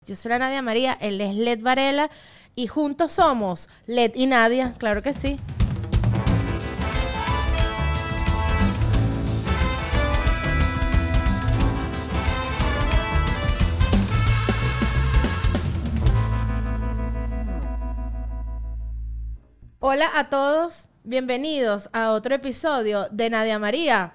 Yo soy la Nadia María, él es Led Varela y juntos somos Led y Nadia, claro que sí. Hola a todos, bienvenidos a otro episodio de Nadia María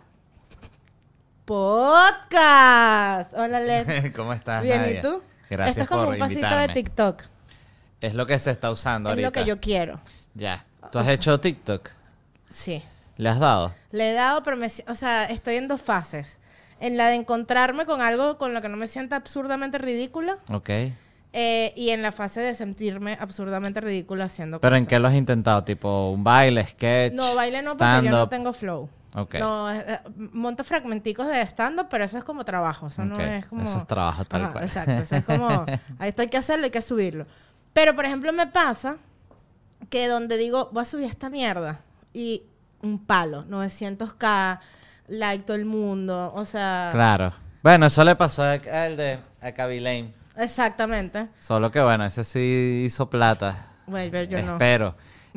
Podcast. Hola Led. ¿Cómo estás, Bien, Nadia? ¿y tú? Gracias Esto es como por un pasito invitarme. de TikTok. Es lo que se está usando Es ahorita. lo que yo quiero. Ya. ¿Tú has hecho TikTok? Sí. ¿Le has dado? Le he dado, pero estoy en dos fases. En la de encontrarme con algo con lo que no me sienta absurdamente ridícula. Ok. Y en la fase de sentirme absurdamente ridícula haciendo ¿Pero cosas. en qué lo has intentado? ¿Tipo un baile, sketch, No, baile no, porque yo no stand-up? tengo flow. Ok. No, monto fragmenticos de stand-up, pero eso es como trabajo. Eso no Ok. es como... Eso es trabajo tal Ajá, cual. Exacto. Eso es como... Esto hay que hacerlo, hay que subirlo. Pero, por ejemplo, me pasa que donde digo, voy a subir esta mierda y un palo, 900k, like todo el mundo, o sea... Claro. Bueno, eso le pasó al de Kaby Lame. Exactamente. Solo que bueno, ese sí hizo plata. Bueno, pero yo no. Espero.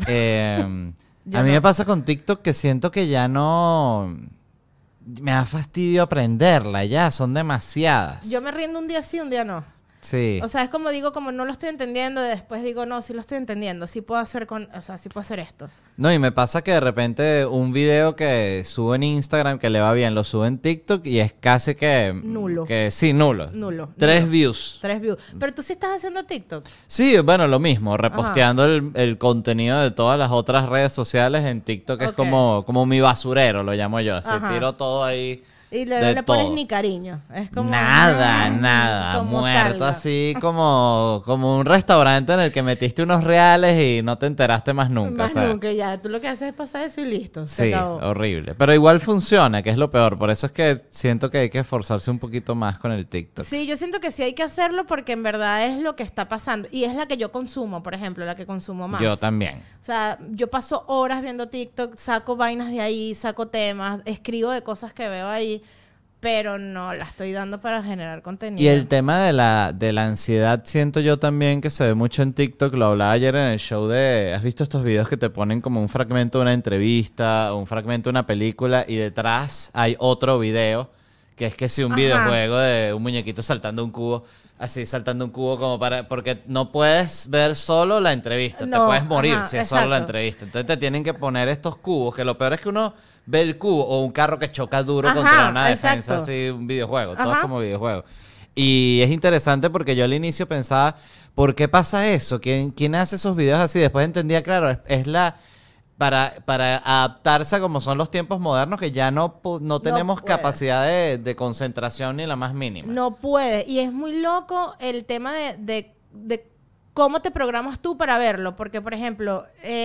Yo a mí no. me pasa con TikTok que siento que ya no... Me da fastidio aprenderla ya, son demasiadas. Yo me rindo un día sí, un día no. Sí. O sea, es como digo, como no lo estoy entendiendo, y después digo, no, sí lo estoy entendiendo, sí puedo hacer sí puedo hacer esto. No, y me pasa que de repente un video que subo en Instagram que le va bien, lo subo en TikTok y es casi que... Nulo. Sí, nulo. Nulo. 3 views. 3 views. Pero tú sí estás haciendo TikTok. Sí, bueno, lo mismo, reposteando el contenido de todas las otras redes sociales en TikTok es Ok. como mi basurero, lo llamo yo. Así Ajá. tiro todo ahí. Y de no le pones todo. ni cariño. Es como... Nada, como muerto salga. así como un restaurante en el que metiste unos reales y no te enteraste más nunca. Más o sea. nunca, ya. Tú lo que haces es pasar eso y listo. Se Sí, acabó. horrible. Pero igual funciona, que es lo peor. Por eso es que siento que hay que esforzarse un poquito más con el TikTok. Sí, yo siento que sí hay que hacerlo porque en verdad es lo que está pasando. Y es la que yo consumo, por ejemplo, la que consumo más. Yo también. O sea, yo paso horas viendo TikTok, saco vainas de ahí, saco temas, escribo de cosas que veo ahí, pero no la estoy dando para generar contenido. Y el tema de la ansiedad siento yo también que se ve mucho en TikTok. Lo hablaba ayer en el show de... ¿Has visto estos videos que te ponen como un fragmento de una entrevista, un fragmento de una película y detrás hay otro video? Que es que si un Ajá. videojuego de un muñequito saltando un cubo, así saltando un cubo como para... Porque no puedes ver solo la entrevista, te No, puedes morir ajá, si es solo la exacto. entrevista. Entonces te tienen que poner estos cubos, que lo peor es que uno ve el cubo o un carro que choca duro Ajá, contra una defensa, exacto. así un videojuego, todo Ajá. es como videojuego. Y es interesante porque yo al inicio pensaba, ¿por qué pasa eso? ¿Quién hace esos videos así? Después entendía, claro, es la... Para adaptarse a como son los tiempos modernos, que ya no tenemos puede. capacidad de concentración ni la más mínima. No puede. Y es muy loco el tema de cómo te programas tú para verlo. Porque, por ejemplo,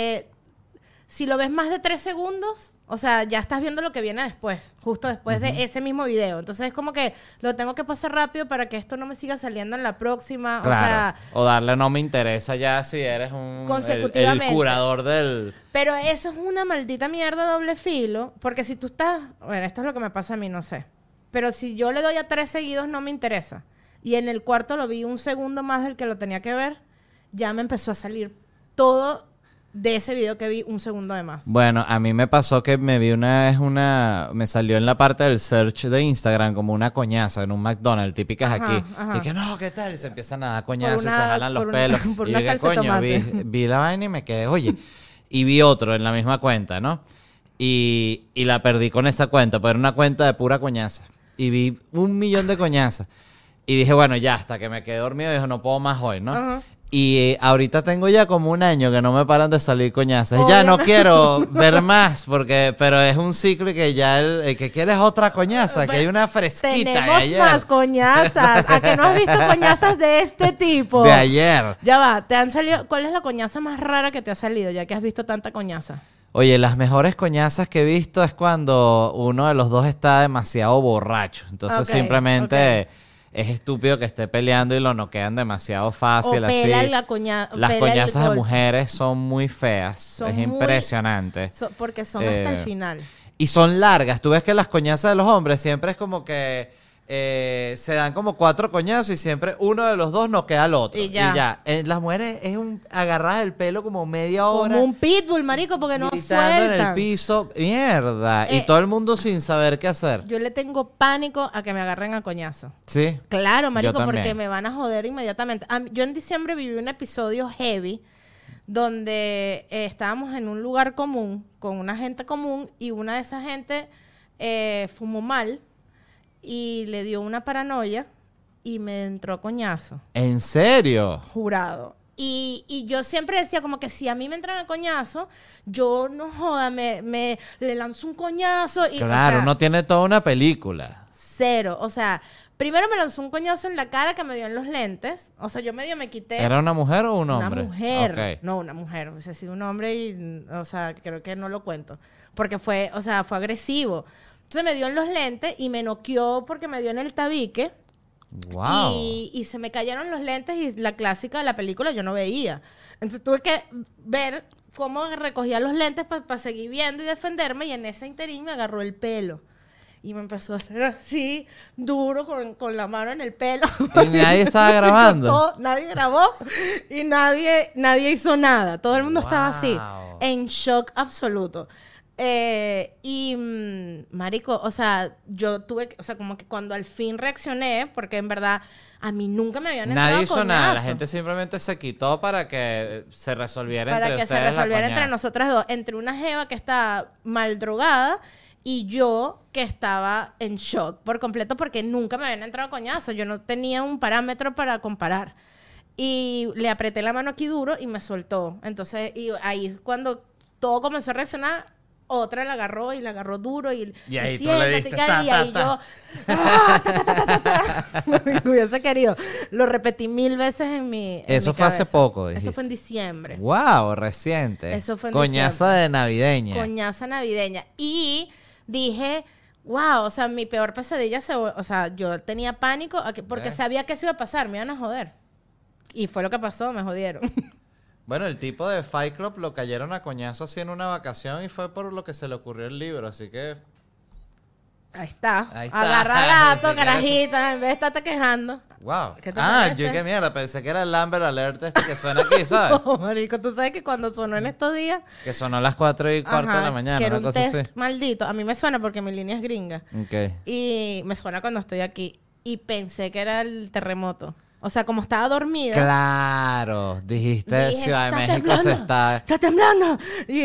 si lo ves más de 3 segundos, o sea, ya estás viendo lo que viene después, justo después de ese mismo video. Entonces es como que lo tengo que pasar rápido para que esto no me siga saliendo en la próxima. Claro. O sea, O darle no me interesa ya si eres el Consecutivamente. curador del... pero eso es una maldita mierda doble filo. Porque si tú estás... Bueno, esto es lo que me pasa a mí, no sé. Pero si yo le doy a 3 seguidos, no me interesa. Y en el cuarto lo vi un segundo más del que lo tenía que ver, ya me empezó a salir todo de ese video que vi un segundo de más. Bueno, a mí me pasó que me vi una vez me salió en la parte del search de Instagram como una coñaza en un McDonald's, típicas Ajá, aquí. ajá. Y que no, ¿qué tal? Y se empiezan a dar coñazos, Por se jalan los una- pelos. por Y una yo, ¿qué salsa de coño? tomate. Vi la vaina y me quedé, oye. Y vi otro en la misma cuenta, ¿no? Y la perdí con esa cuenta, pero era una cuenta de pura coñaza. Y vi 1.000.000 de coñazas. Y dije, bueno, ya, hasta que me quedé dormido, dije, no puedo más hoy, ¿no? Ajá. Y ahorita tengo ya como 1 año que no me paran de salir coñazas. Ya no Obviamente. quiero ver más, pero es un ciclo y que ya el que quiere es otra coñaza, que hay una fresquita de Tenemos ayer. más coñazas. ¿A que no has visto coñazas de este tipo? De ayer. Ya va, te han salido... ¿Cuál es la coñaza más rara que te ha salido, ya que has visto tanta coñaza? Oye, las mejores coñazas que he visto es cuando uno de los dos está demasiado borracho. Entonces Ok, simplemente es estúpido que esté peleando y lo noquean demasiado fácil. O así. pela Las pela el coñazas de golpe. mujeres son muy feas. Son es muy- impresionante. Porque son hasta el final. Y son largas. Tú ves que las coñazas de los hombres siempre es como que se dan como 4 coñazos y siempre uno de los dos noquea al otro. Y ya. Las mujeres es agarradas del pelo como media hora. Como un pitbull, marico, porque no gritando sueltan. en el piso. Mierda. Y todo el mundo sin saber qué hacer. Yo le tengo pánico a que me agarren a coñazo. Sí. Claro, marico, Yo también. porque me van a joder inmediatamente. Yo en diciembre viví un episodio heavy donde estábamos en un lugar común con una gente común y una de esa gente fumó mal y le dio una paranoia y me entró a coñazo. ¿En serio? Jurado. Y yo siempre decía como que si a mí me entran a coñazo, yo no joda, le lanzo un coñazo. Y, Claro, o sea, uno tiene toda una película. cero. O sea, primero me lanzó un coñazo en la cara que me dio en los lentes. O sea, yo medio me quité. ¿Era una mujer o un hombre? Una mujer. Ok. No, una mujer. O sea, sí, un hombre y, o sea, creo que no lo cuento. Porque fue agresivo. Entonces me dio en los lentes y me noqueó porque me dio en el tabique. Wow. Y se me cayeron los lentes y la clásica de la película yo no veía. Entonces tuve que ver cómo recogía los lentes para seguir viendo y defenderme. Y en ese interín me agarró el pelo. Y me empezó a hacer así, duro, con la mano en el pelo. Y nadie estaba grabando. Nadie grabó y nadie hizo nada. Todo el mundo estaba así, Wow. en shock absoluto. Marico, o sea, yo tuve, o sea, como que cuando al fin reaccioné, porque en verdad a mí nunca me habían entrado Nadie hizo nada. La coñazos. gente simplemente se quitó para que se resolviera Para entre que se ustedes la resolviera entre coñazo. nosotras dos, entre una jeva que estaba mal drogada y yo que estaba en shock por completo porque nunca me habían entrado coñazos. Yo no tenía un parámetro para comparar. Y le apreté la mano aquí duro y me soltó. Entonces, y ahí cuando todo comenzó a reaccionar, otra la agarró duro y ahí tú siéntate, le diste, y ahí yo hubiese querido. Lo repetí 1000 veces en mi Eso mi fue hace cabeza. poco, Eso dijiste. fue en diciembre. Wow, reciente. Eso fue en Coñaza diciembre. de navideña. Coñaza navideña. Y dije, wow, o sea, mi peor pesadilla o sea, yo tenía pánico porque ¿Ves? sabía que eso iba a pasar, me iban a joder. Y fue lo que pasó, me jodieron. Bueno, el tipo de Fight Club lo cayeron a coñazo así en una vacación y fue por lo que se le ocurrió el libro, así que... Ahí está. Ahí está. Agarra gato, Si quieres- carajita, en vez de estarte quejando. Wow. ¿Qué te Ah, parece? yo qué mierda, pensé que era el Amber Alert este que suena aquí, ¿sabes? Oh, marico, tú sabes que cuando sonó en estos días... Que sonó a las 4:15 de la mañana, que era una un cosa test así. maldito. A mí me suena porque mi línea es gringa. Ok. Y me suena cuando estoy aquí. Y pensé que era el terremoto. O sea, como estaba dormida... Claro, dijiste Dije, Ciudad de "Está México se temblando, está... ¡Está temblando!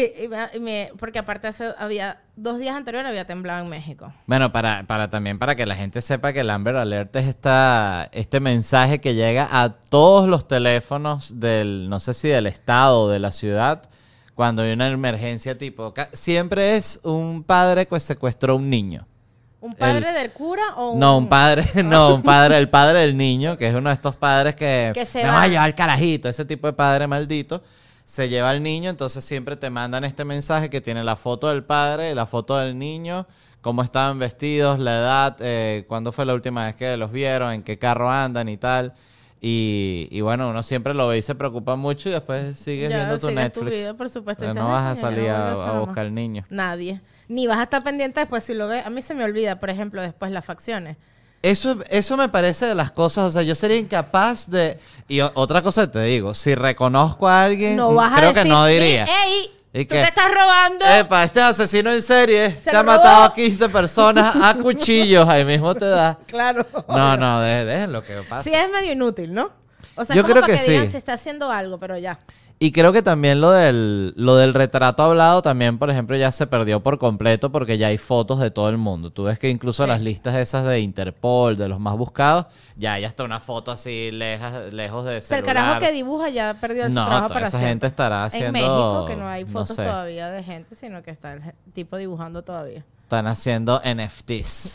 Porque aparte había 2 días anteriores había temblado en México. Bueno, también para que la gente sepa que el Amber Alert es este mensaje que llega a todos los teléfonos no sé si del estado o de la ciudad, cuando hay una emergencia tipo... Siempre es un padre que secuestró a un niño. ¿Un padre del cura o un...? No, un padre, el padre del niño, que es uno de estos padres que se me va. va a llevar el carajito, ese tipo de padre maldito, se lleva al niño, entonces siempre te mandan este mensaje que tiene la foto del padre, la foto del niño, cómo estaban vestidos, la edad, cuándo fue la última vez que los vieron, en qué carro andan y tal. Y bueno, uno siempre lo ve y se preocupa mucho y después sigues Ya, viendo tu sigues tu Netflix. vida, por supuesto. Pero Dices, no vas a "Ay, ya salir no a vuelve a buscar al niño. Nadie. Ni vas a estar pendiente después si lo ves. A mí se me olvida, por ejemplo, después las facciones. Eso me parece de las cosas, o sea, yo sería incapaz de... Y otra cosa te digo, si reconozco a alguien, No vas a creo decir, que no diría. ¡Ey! ¿Y ¿Tú qué? te estás robando? Epa, este asesino en serie Se que ha lo matado robó. a 15 personas a cuchillos, ahí mismo te da. Claro. No, dejen lo que pasa. Sí, es medio inútil, ¿no? O sea, Yo es como creo para que que digan sí. si está haciendo algo, pero ya. Y creo que también lo del retrato hablado también, por ejemplo, ya se perdió por completo porque ya hay fotos de todo el mundo. Tú ves que incluso Sí. las listas esas de Interpol, de los más buscados, ya hay hasta una foto así lejos de O sea, el celular. carajo que dibuja ya perdió el No, trabajo toda para esa siempre. gente estará haciendo... En México, que no hay fotos sé, todavía de gente, sino que está el tipo dibujando todavía. Están haciendo NFTs.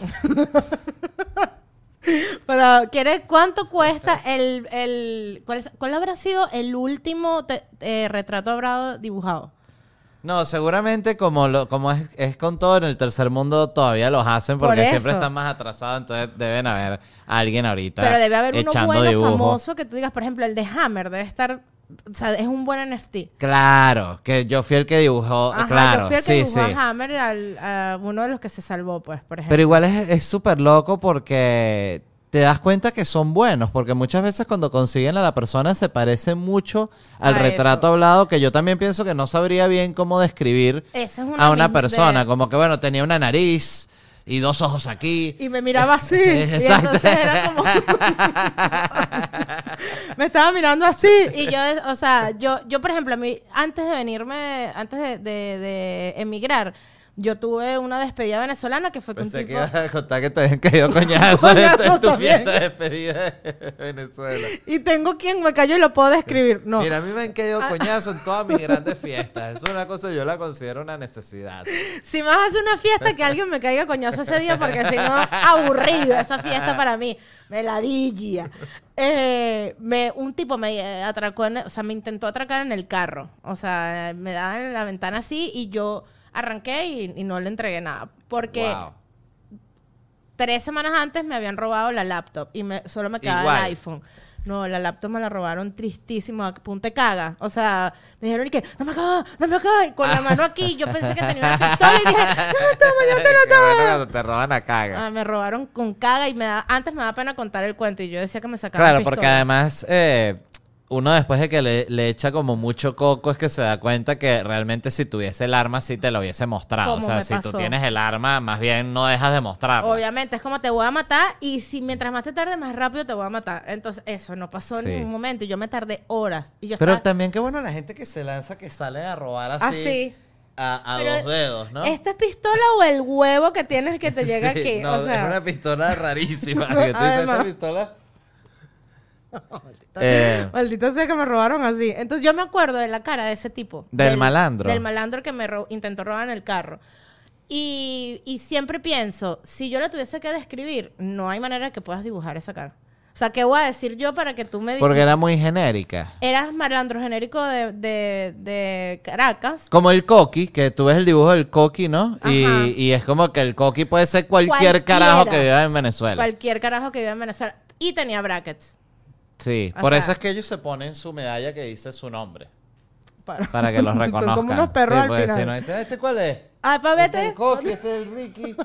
Pero, ¿cuánto cuesta ¿cuál habrá sido el último retrato hablado dibujado? No, seguramente como es con todo en el tercer mundo todavía los hacen porque Por siempre eso. están más atrasados, entonces deben haber alguien ahorita Pero debe haber uno echando bueno, dibujo. famoso, que tú digas, por ejemplo, el de Hammer debe estar O sea, es un buen NFT. Claro, que yo fui el que dibujó, Ajá, claro, yo fui el que sí, dibujó sí. a Hammer, a uno de los que se salvó, pues, por ejemplo. Pero igual es súper loco porque te das cuenta que son buenos, porque muchas veces cuando consiguen a la persona se parece mucho al A retrato eso. hablado, que yo también pienso que no sabría bien cómo describir Eso es a una misma- persona, de- como que bueno, tenía una nariz y dos ojos aquí. Y me miraba así. Y Exacto. entonces era como... me estaba mirando así. Y yo, o sea, yo por ejemplo, a mí, antes de venirme, antes de emigrar, yo tuve una despedida venezolana que fue con un Pensé que tipo... ibas a contar que te habían caído coñazos Coñazos en tu también. fiesta de despedida de Venezuela. Y tengo quien me cayó y lo puedo describir. No. Mira, a mí me han caído coñazos en todas mis grandes fiestas. Eso es una cosa, yo la considero una necesidad. Si me vas a hacer una fiesta, que alguien me caiga coñazo ese día, porque si no, aburrida esa fiesta para mí. Me ladilla. Un tipo me atracó, o sea, me intentó atracar en el carro. O sea, me daba en la ventana así y yo arranqué y no le entregué nada. Porque Wow. 3 semanas antes me habían robado la laptop y solo me quedaba Igual. el iPhone. No, la laptop me la robaron tristísimo, a punta de caga. O sea, me dijeron y que, dame acá, y con la mano aquí, yo pensé que tenía una pistola y dije, no, toma, yo te lo Qué tomo. bueno cuando te roban a caga. Me robaron con caga y antes me daba pena contar el cuento y yo decía que me sacaban Claro, pistola. porque además uno después de que le echa como mucho coco es que se da cuenta que realmente si tuviese el arma sí te lo hubiese mostrado. O Como sea, me si tú pasó. tienes el arma, más bien no dejas de mostrarlo. Obviamente, es como te voy a matar y si mientras más te tarde, más rápido te voy a matar. Entonces, eso no pasó en Sí. ningún momento y yo me tardé horas. Y yo Pero estaba también qué bueno la gente que se lanza, que sale a robar así, así. a Pero dos dedos, ¿no? ¿Esta es pistola o el huevo que tienes que te llega Sí, aquí? no, o sea, es una pistola rarísima. Que tú dices, Además. esta pistola... maldita sea que me robaron así. Entonces yo me acuerdo de la cara de ese tipo. Del malandro. Del malandro que me intentó robar en el carro. Y siempre pienso, si yo la tuviese que describir, no hay manera que puedas dibujar esa cara. O sea, ¿qué voy a decir yo para que tú me digas? Porque era muy genérica. Eras malandro genérico de Caracas. Como el coqui, que tú ves el dibujo del coqui, ¿no? Ajá. Y es como que el coqui puede ser cualquier Cualquiera. carajo que viva en Venezuela. Cualquier carajo que viva en Venezuela. Y tenía brackets. Sí, O por sea- eso es que ellos se ponen su medalla que dice su nombre. Para, Para que los reconozcan. Son como unos perros Sí, al porque final. si no dicen, ¿este cuál es? Ah, pa' Este es vete. el coqui, este es el Ricky.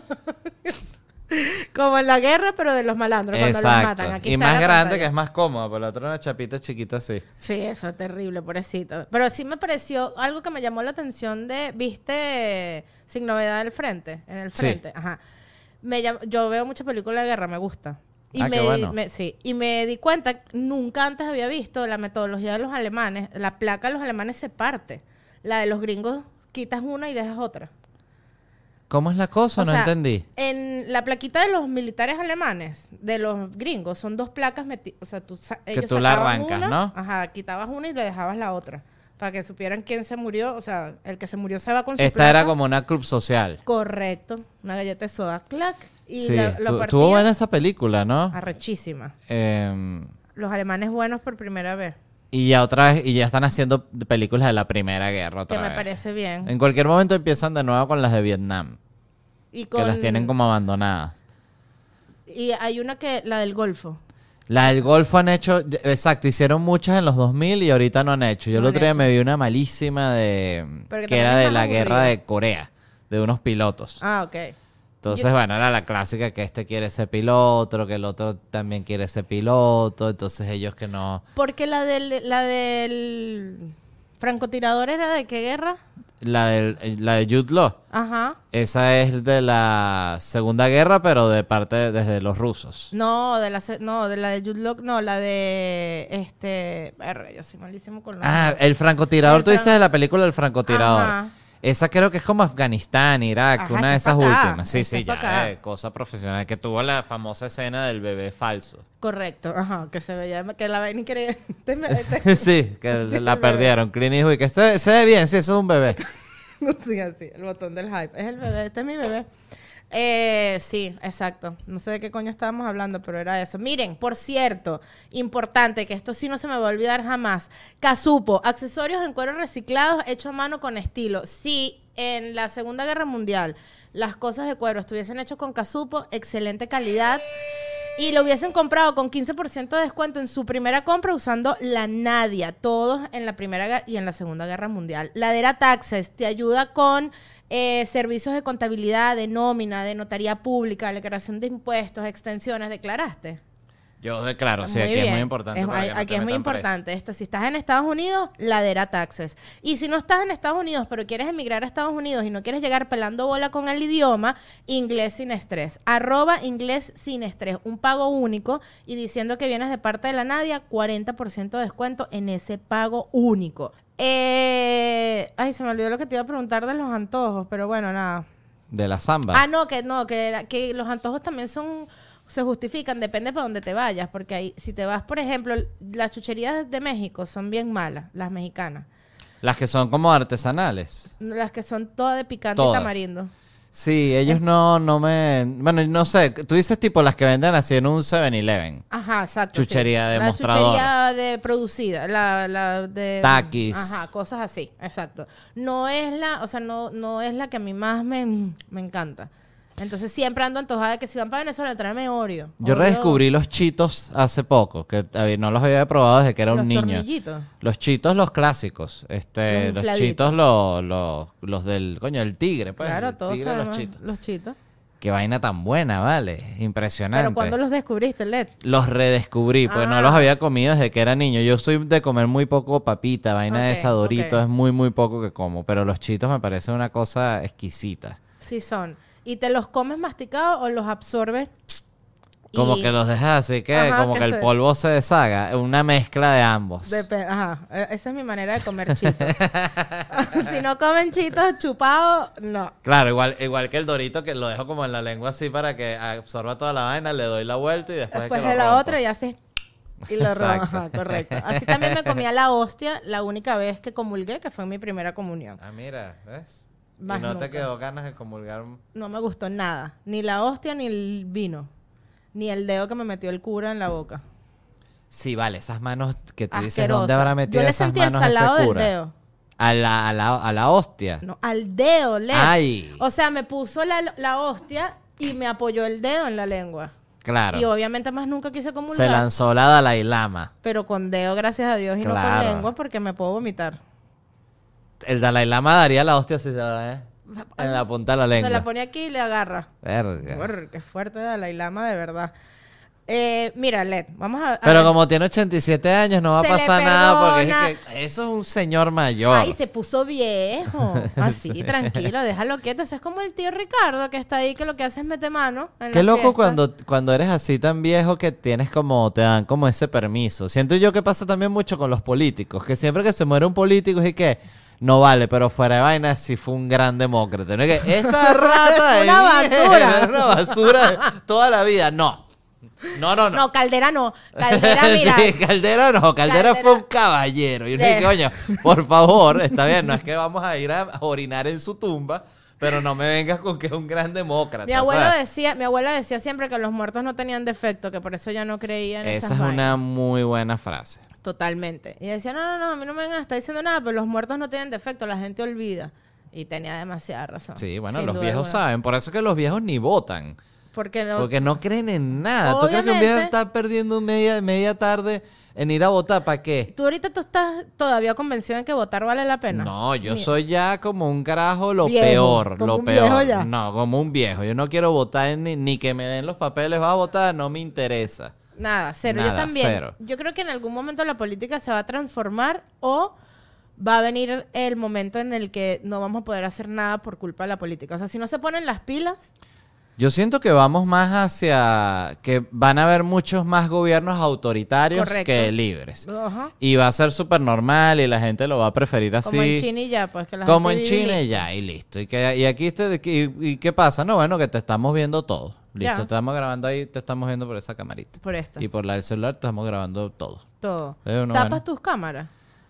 Como en la guerra, pero de los malandros, cuando los matan. Exacto. Aquí Y está más la grande, pantalla. que es más cómodo, pero la otra una chapita chiquita así. Sí, eso es terrible, pobrecito. Pero sí me pareció algo que me llamó la atención ¿viste Sin Novedad del Frente? En el Sí. frente, ajá. Yo veo muchas películas de guerra, me gusta. Y Ah, qué bueno. sí, y me di cuenta, nunca antes había visto la metodología de los alemanes. La placa de los alemanes se parte. La de los gringos quitas una y dejas otra. ¿Cómo es la cosa? O No sea, entendí. En la plaquita de los militares alemanes, de los gringos, son 2 placas o sea, ellos tú la sacaban arrancas, una, ¿no? Ajá, quitabas una y le dejabas la otra. Para que supieran quién se murió. O sea, el que se murió se va con su Esta placa. era como una club social. Correcto. Una galleta de soda. Clac. Y Sí, lo estuvo buena partían. esa película, ¿no? Arrechísima. Em, Los alemanes buenos por primera vez. y ya otra vez, y ya están haciendo películas de la Primera Guerra otra Que me vez. parece bien. En cualquier momento empiezan de nuevo con las de Vietnam, Y que las tienen como abandonadas. Y hay una la del Golfo. La del Golfo han hecho, exacto, hicieron muchas en los 2000 y ahorita no han hecho. Yo No el han otro día hecho. me vi una malísima Pero que que era también es de más la guerra aburrida. de Corea, de unos pilotos. Ah, ok. Entonces, bueno, era la clásica que este quiere ser piloto, que el otro también quiere ser piloto, entonces ellos que no... Porque la del francotirador era de qué guerra? La de Jude Law, Ajá. esa es de la Segunda Guerra, pero desde los rusos. No, de la de Jude Law, no, la de yo soy malísimo con los Ah, el francotirador, El tú dices de la película El francotirador. Ajá. Esa creo que es como Afganistán, Irak, Ajá, una de esta esas es pa' acá, últimas. Sí, esta sí, es pa' ya, acá. cosa profesional, que tuvo la famosa escena del bebé falso. Correcto, ajá, que se veía que la vaina quería Sí, que Sí, la el bebé. perdieron. Clint Eastwood, que se ve bien, sí, eso es un bebé. sí, así, el botón del hype. Es el bebé, este es mi bebé. Sí, exacto. No sé de qué coño estábamos hablando, pero era eso. Miren, por cierto, importante, que esto sí no se me va a olvidar jamás. Casupo, accesorios en cuero reciclados hechos a mano con estilo. Si en la Segunda Guerra Mundial las cosas de cuero estuviesen hechas con Casupo, excelente calidad. y lo hubiesen comprado con 15% de descuento en su primera compra usando la Nadia, todos en la Primera y en la Segunda Guerra Mundial. Ladera Taxes te ayuda con servicios de contabilidad, de nómina, de notaría pública, declaración de impuestos, extensiones. ¿Declaraste? Yo declaro, sí, Muy aquí bien. es muy importante. Aquí es muy importante esto. Si estás en Estados Unidos, Ladera Taxes. Y si no estás en Estados Unidos, pero quieres emigrar a Estados Unidos y no quieres llegar pelando bola con el idioma, Inglés Sin Estrés. @Inglés Sin Estrés. Un pago único y diciendo que vienes de parte de la Nadia, 40% de descuento en ese pago único. Ay, se me olvidó lo que te iba a preguntar de los antojos, pero bueno, nada. De la samba. Que los antojos también se justifican, depende para dónde te vayas, porque ahí, si te vas, por ejemplo, las chucherías de México son bien malas, las mexicanas. Las que son como artesanales. Las que son todas de picante Todas. y tamarindo. Sí, ellos no me... Bueno, no sé, tú dices tipo las que venden así en un 7-Eleven. Ajá, exacto. Chuchería de la mostrador. chuchería de producida, la de... Taquis. Ajá, cosas así, exacto. No es no es la que a mí más me encanta. Entonces siempre ando antojada de que si van para Venezuela, tráeme Oreo. Yo redescubrí los Cheetos hace poco, que no los había probado desde que era un niño. Tornillitos. Los Cheetos, los clásicos. Los infladitos. Cheetos, los del, coño, el tigre, pues. Claro, el todos tigre de los sabemos Cheetos. los chitos. Qué vaina tan buena, vale. Impresionante. Pero ¿cuándo los descubriste, Led? Los redescubrí, pues no los había comido desde que era niño. Yo soy de comer muy poco papita, vaina de Ok, esa Doritos, ok. es muy, muy poco que como. Pero los Cheetos me parecen una cosa exquisita. Sí son. ¿Y te los comes masticados o los absorbes? Como Y- que los dejas así, que Ajá, como que que el se- polvo se deshaga. Una mezcla de ambos. Ajá, esa es mi manera de comer chitos. Si no comen chitos chupados, no. Claro, igual que el Dorito, que lo dejo como en la lengua así para que absorba toda la vaina, le doy la vuelta y después, Después es que de lo la rompo. otra y haces y lo Exacto. robo. Ajá, correcto. Así también me comía la hostia la única vez que comulgué, que fue en mi primera comunión. Ah, mira, ¿ves? Más y no nunca. te quedó ganas de comulgar. No me gustó nada. Ni la hostia, ni el vino. Ni el dedo que me metió el cura en la boca. Sí, vale, esas manos que tú dices, Asqueroso. ¿dónde habrá metido Yo le esas sentí el manos ese salado del cura? dedo. A la hostia. No, al dedo, Led. Ay. O sea, me puso la hostia y me apoyó el dedo en la lengua. Claro. Y obviamente más nunca quise comulgar. Se lanzó la Dalai Lama. Pero con dedo, gracias a Dios, y no con Claro. lengua porque me puedo vomitar. El Dalai Lama daría la hostia si se la en la punta de la Se lengua. la pone aquí y le agarra. Verga. Brr, qué fuerte Dalai Lama, de verdad. Mira, Led, vamos a Pero ver. como tiene 87 años, no va a Se le pasar nada porque perdona. es que eso es un señor mayor. Ay, se puso viejo. Así, tranquilo, déjalo quieto. Ese es como el tío Ricardo que está ahí, que lo que hace es meter mano. En Qué la loco fiesta. cuando eres así tan viejo que tienes como, te dan como ese permiso. Siento yo que pasa también mucho con los políticos, que siempre que se muere un político es que no vale, pero fuera de vaina sí fue un gran demócrata. ¿No? Es que esa rata de Una mierda, basura. una basura de toda la vida. No. No, Caldera no. Caldera, mira. Sí, Caldera no, Caldera fue un caballero. Y uno dice, coño, por favor, está bien, no es que vamos a ir a orinar en su tumba, pero no me vengas con que es un gran demócrata. Mi abuela decía siempre que los muertos no tenían defecto, que por eso ya no creía en Esa esas es vainas. una muy buena frase. Totalmente. Y decía, no, a mí no me vengan a estar diciendo nada, pero los muertos no tienen defecto, la gente olvida. Y tenía demasiada razón. Sí, bueno, sin los duda viejos alguna. saben. Por eso es que los viejos ni votan. Porque no, Porque no creen en nada. ¿Tú crees que un Obviamente. viejo está perdiendo media tarde en ir a votar? ¿Para qué? tú ahorita tú estás todavía convencido en que votar vale la pena. No, yo Mira, soy ya como un carajo lo Viejo, peor. como Lo un peor. viejo ya. No, como un viejo. Yo no quiero votar ni que me den los papeles. ¿Vas a votar? No me interesa. Nada, cero. Nada, Yo también. cero. Yo creo que en algún momento la política se va a transformar o va a venir el momento en el que no vamos a poder hacer nada por culpa de la política. O sea, si no se ponen las pilas, Yo siento que vamos más hacia que van a haber muchos más gobiernos autoritarios Correcto. que libres. ajá, Y va a ser súper normal y la gente lo va a preferir así. como en China y ya, pues que la Como en gente vive China y ya, y listo. Y aquí, ¿y qué pasa? No, bueno, que te estamos viendo todo. Listo, Ya. te estamos grabando ahí, te estamos viendo por esa camarita. por esta. Y por la del celular te estamos grabando todo. Todo. Bueno, ¿Tapas bueno. tus cámaras?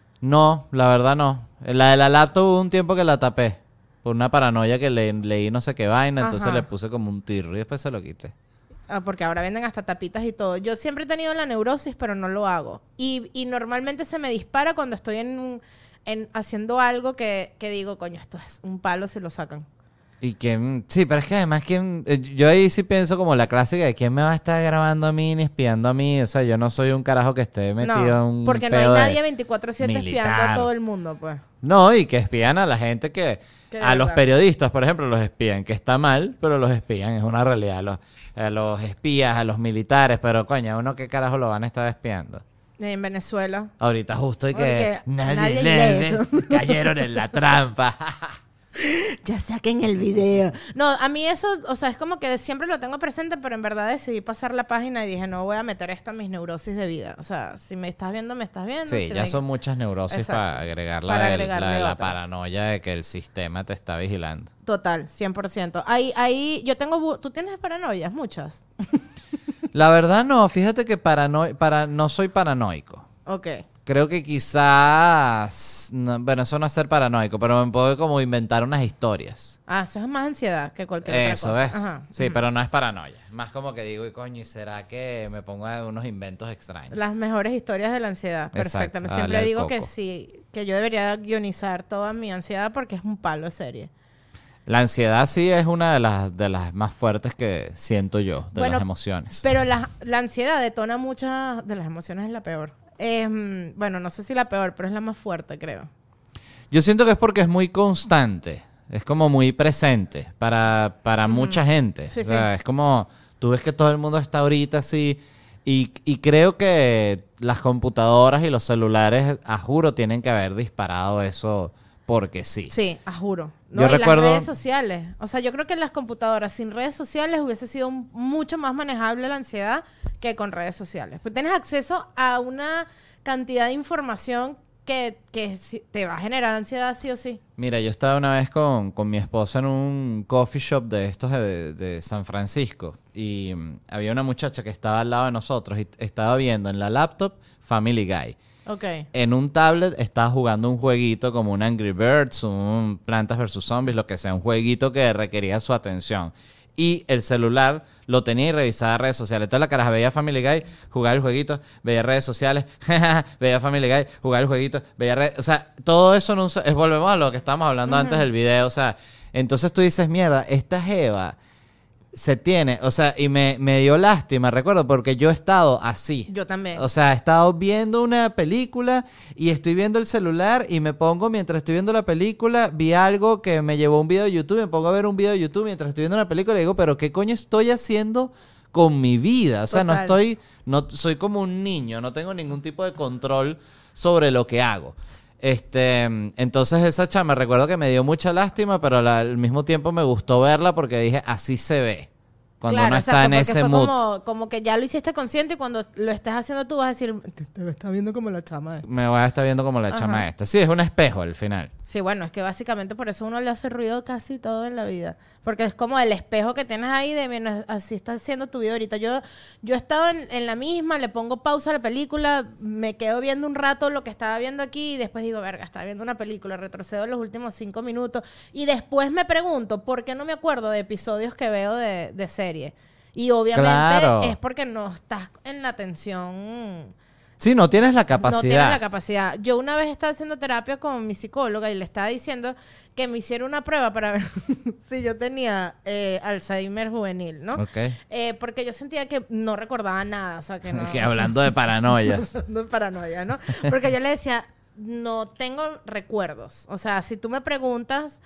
No, la verdad no. La de la laptop hubo un tiempo que la tapé. Por una paranoia que leí no sé qué vaina, entonces Ajá. le puse como un tirro y después se lo quité. Ah, porque ahora venden hasta tapitas y todo. Yo siempre he tenido la neurosis, pero no lo hago. Y normalmente se me dispara cuando estoy haciendo algo que digo, coño, esto es un palo si lo sacan. Y quién, sí, pero es que además yo ahí sí pienso como la clásica de quién me va a estar grabando a mí ni espiando a mí. O sea, yo no soy un carajo que esté metido en un porque no hay pedo de nadie 24/7 espiando militar. a todo el mundo, pues. No, y que espían a la gente Que a los verdad. periodistas, por ejemplo, los espían, que está mal, pero los espían, es una realidad. A los espías, a los militares, pero coño, ¿uno qué carajo lo van a estar espiando? En Venezuela. Ahorita justo y Porque que nadie lee lee, eso. cayeron en la trampa. Ya saquen el video. No, a mí eso, o sea, es como que siempre lo tengo presente, pero en verdad decidí pasar la página y dije, no voy a meter esto a mis neurosis de vida. O sea, si me estás viendo, me estás viendo. Sí, si ya me- son muchas neurosis Exacto. para agregar Para la de agregarle la otra. paranoia de que el sistema te está vigilando. Total, 100%. Yo tengo, tú tienes paranoias, muchas. La verdad no, fíjate que no soy paranoico. Ok. Creo que quizás, bueno, eso no es ser paranoico, pero me puedo como inventar unas historias. Ah, eso es más ansiedad que cualquier Eso, otra cosa. ¿ves? Ajá. Sí, Ujú. pero no es paranoia. Es más como que digo, y coño, ¿y será que me pongo a unos inventos extraños? Las mejores historias de la ansiedad. Exacto, Perfectamente. dale Siempre al digo que coco. sí, que yo debería guionizar toda mi ansiedad porque es un palo de serie. La ansiedad sí es una de las más fuertes que siento yo, de Bueno, las emociones. Pero la ansiedad detona muchas de las emociones, es la peor. Bueno, no sé si la peor, pero es la más fuerte, creo. Yo siento que es porque es muy constante. Es como muy presente para mucha gente. Sí, O sea, sí. es como, tú ves que todo el mundo está ahorita así. Y creo que las computadoras y los celulares, a juro, tienen que haber disparado eso porque sí. Sí, a juro. Yo Y recuerdo- las redes sociales. O sea, yo creo que en las computadoras sin redes sociales hubiese sido mucho más manejable la ansiedad que con redes sociales. Pues tienes acceso a una cantidad de información que te va a generar ansiedad sí o sí. Mira, yo estaba una vez con mi esposa en un coffee shop de estos de San Francisco y había una muchacha que estaba al lado de nosotros y estaba viendo en la laptop Family Guy. Ok. En un tablet estaba jugando un jueguito como un Angry Birds, un Plantas vs. Zombies, lo que sea, un jueguito que requería su atención. Y el celular lo tenía y revisaba redes sociales. Entonces la caraja veía Family Guy, jugaba el jueguito, veía redes sociales, veía Family Guy, jugaba el jueguito, veía redes... O sea, todo eso no... volvemos a lo que estábamos hablando antes del video. O sea, entonces tú dices, mierda, esta jeva se tiene... O sea, y me dio lástima, recuerdo, porque yo he estado así. Yo también. O sea, he estado viendo una película y estoy viendo el celular y me pongo, mientras estoy viendo la película, vi algo que me llevó a un video de YouTube, me pongo a ver un video de YouTube mientras estoy viendo una película y digo, pero ¿qué coño estoy haciendo con mi vida? O sea, Total. soy como un niño, no tengo ningún tipo de control sobre lo que hago. Entonces esa chama, recuerdo que me dio mucha lástima, pero al mismo tiempo me gustó verla porque dije, así se ve. Cuando uno está en porque ese fue mood. como que ya lo hiciste consciente y cuando lo estés haciendo tú vas a decir, te estás viendo como la chama. Me voy a estar viendo como la chama Ajá. esta. Sí, es un espejo al final. Sí, bueno, es que básicamente por eso uno le hace ruido casi todo en la vida. Porque es como el espejo que tienes ahí de, "Mira, así está haciendo tu vida ahorita. Yo he estado en la misma, le pongo pausa a la película, me quedo viendo un rato lo que estaba viendo aquí y después digo, verga, estaba viendo una película, retrocedo los últimos 5 minutos y después me pregunto, ¿por qué no me acuerdo de episodios que veo de serie? Y obviamente Claro. es porque no estás en la atención. Sí, no tienes la No capacidad. tienes la capacidad. Yo una vez estaba haciendo terapia con mi psicóloga y le estaba diciendo que me hiciera una prueba para ver si yo tenía Alzheimer juvenil, ¿no? Ok. Porque yo sentía que no recordaba nada, o sea, que no... Que hablando de paranoias. no paranoia, ¿no? Porque yo le decía, no tengo recuerdos. O sea, si tú me preguntas...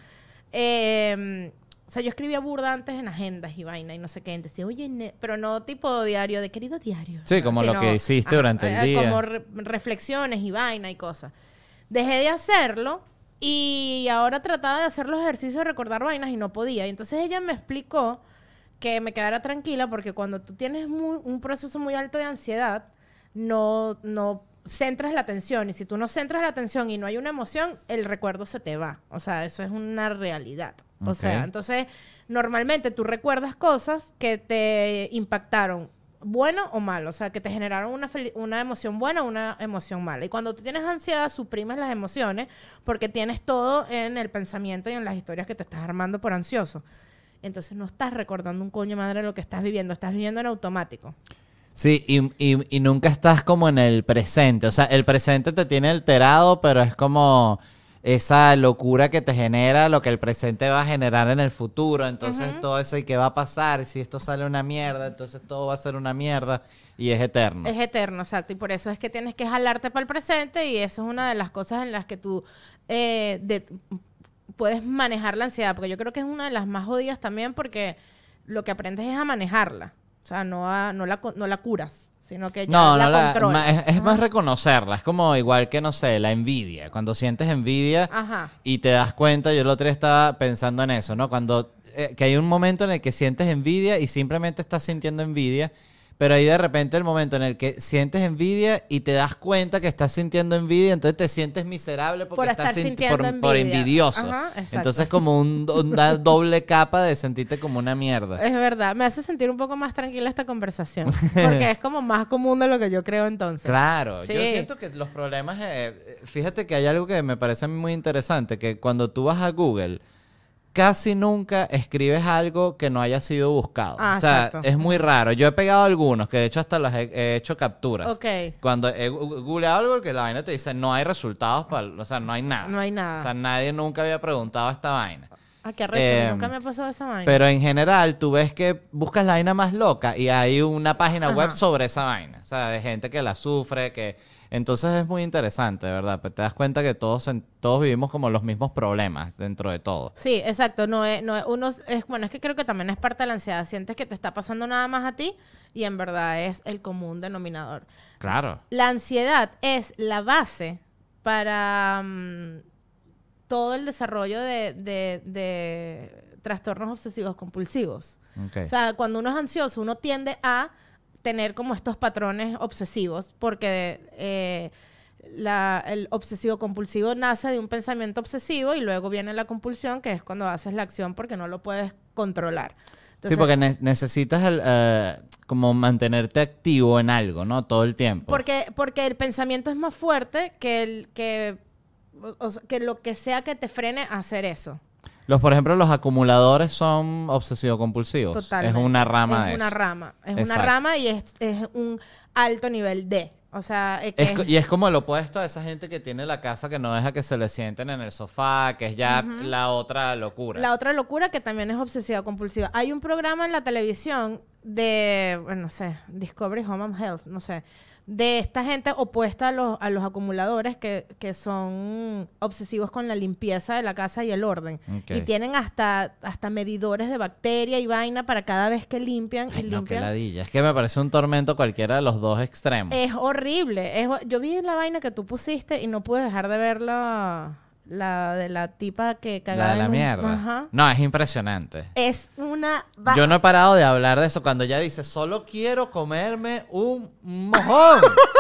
o sea, yo escribía burda antes en agendas y vaina y no sé qué. Y decía, oye, pero no tipo diario, de querido diario. Sí, como lo que hiciste durante el día. Como reflexiones y vaina y cosas. Dejé de hacerlo y ahora trataba de hacer los ejercicios de recordar vainas y no podía. Y entonces ella me explicó que me quedara tranquila porque cuando tú tienes un proceso muy alto de ansiedad, no centras la atención. Y si tú no centras la atención y no hay una emoción, el recuerdo se te va. O sea, eso es una realidad. O Ok. sea, entonces, normalmente tú recuerdas cosas que te impactaron, bueno o mal, o sea, que te generaron una emoción buena o una emoción mala. Y cuando tú tienes ansiedad, suprimes las emociones porque tienes todo en el pensamiento y en las historias que te estás armando por ansioso. Entonces no estás recordando un coño madre de lo que estás viviendo en automático. Sí, y nunca estás como en el presente. O sea, el presente te tiene alterado, pero es como... esa locura que te genera lo que el presente va a generar en el futuro. Entonces todo eso y qué va a pasar. Si esto sale una mierda, entonces todo va a ser una mierda. Y es eterno. Es eterno, exacto. Y por eso es que tienes que jalarte para el presente y eso es una de las cosas en las que tú puedes manejar la ansiedad. Porque yo creo que es una de las más jodidas también porque lo que aprendes es a manejarla. O sea, no la curas, sino que ya la controlas. Es más reconocerla. Es como igual que, no sé, la envidia. Cuando sientes envidia y te das cuenta, yo el otro día estaba pensando en eso, ¿no? Cuando que hay un momento en el que sientes envidia y simplemente estás sintiendo envidia. Pero ahí de repente el momento en el que sientes envidia y te das cuenta que estás sintiendo envidia, entonces te sientes miserable porque estás por envidioso. Ajá, entonces como una doble capa de sentirte como una mierda. Es verdad, me hace sentir un poco más tranquila esta conversación, porque es como más común de lo que yo creo entonces. Claro, sí. Yo siento que los problemas, fíjate que hay algo que me parece muy interesante, que cuando tú vas a Google, casi nunca escribes algo que no haya sido buscado. O sea, exacto. Es muy raro. Yo he pegado algunos, que de hecho hasta los he hecho capturas. Ok. Cuando he googleado algo, que la vaina te dice, no hay resultados, o sea, no hay nada. No hay nada. O sea, nadie nunca había preguntado esta vaina. Qué arrecho, nunca me ha pasado esa vaina. Pero en general, tú ves que buscas la vaina más loca y hay una página web sobre esa vaina. O sea, de gente que la sufre, que... Entonces es muy interesante, de verdad. Pero te das cuenta que todos vivimos como los mismos problemas dentro de todo. Sí, exacto. Bueno, es que creo que también es parte de la ansiedad. Sientes que te está pasando nada más a ti y en verdad es el común denominador. Claro. La ansiedad es la base para todo el desarrollo de trastornos obsesivos compulsivos. Okay. O sea, cuando uno es ansioso, uno tiende a tener como estos patrones obsesivos porque el obsesivo compulsivo nace de un pensamiento obsesivo y luego viene la compulsión, que es cuando haces la acción porque no lo puedes controlar. Entonces, sí, porque necesitas como mantenerte activo en algo, ¿no? Todo el tiempo. Porque el pensamiento es más fuerte que lo que sea que te frene a hacer eso. Por ejemplo, los acumuladores son obsesivo-compulsivos. Totalmente. Es una rama de Es una eso. rama. Es Exacto. una rama y es un alto nivel de. O sea, y es como el opuesto a esa gente que tiene la casa que no deja que se le sienten en el sofá, que es ya la otra locura. La otra locura que también es obsesiva compulsiva. Hay un programa en la televisión de, bueno, no sé, Discovery Home and Health, no sé, de esta gente opuesta a los acumuladores que son obsesivos con la limpieza de la casa y el orden. Okay. Y tienen hasta medidores de bacteria y vaina para cada vez que limpian. Ay, no, qué ladilla. Es que me parece un tormento cualquiera de los dos extremos. Es horrible. Yo vi la vaina que tú pusiste y no pude dejar de verla. La de la tipa que cagaba. La de la mierda. Ajá. No, es impresionante. Es una... Yo no he parado de hablar de eso cuando ella dice, solo quiero comerme un mojón.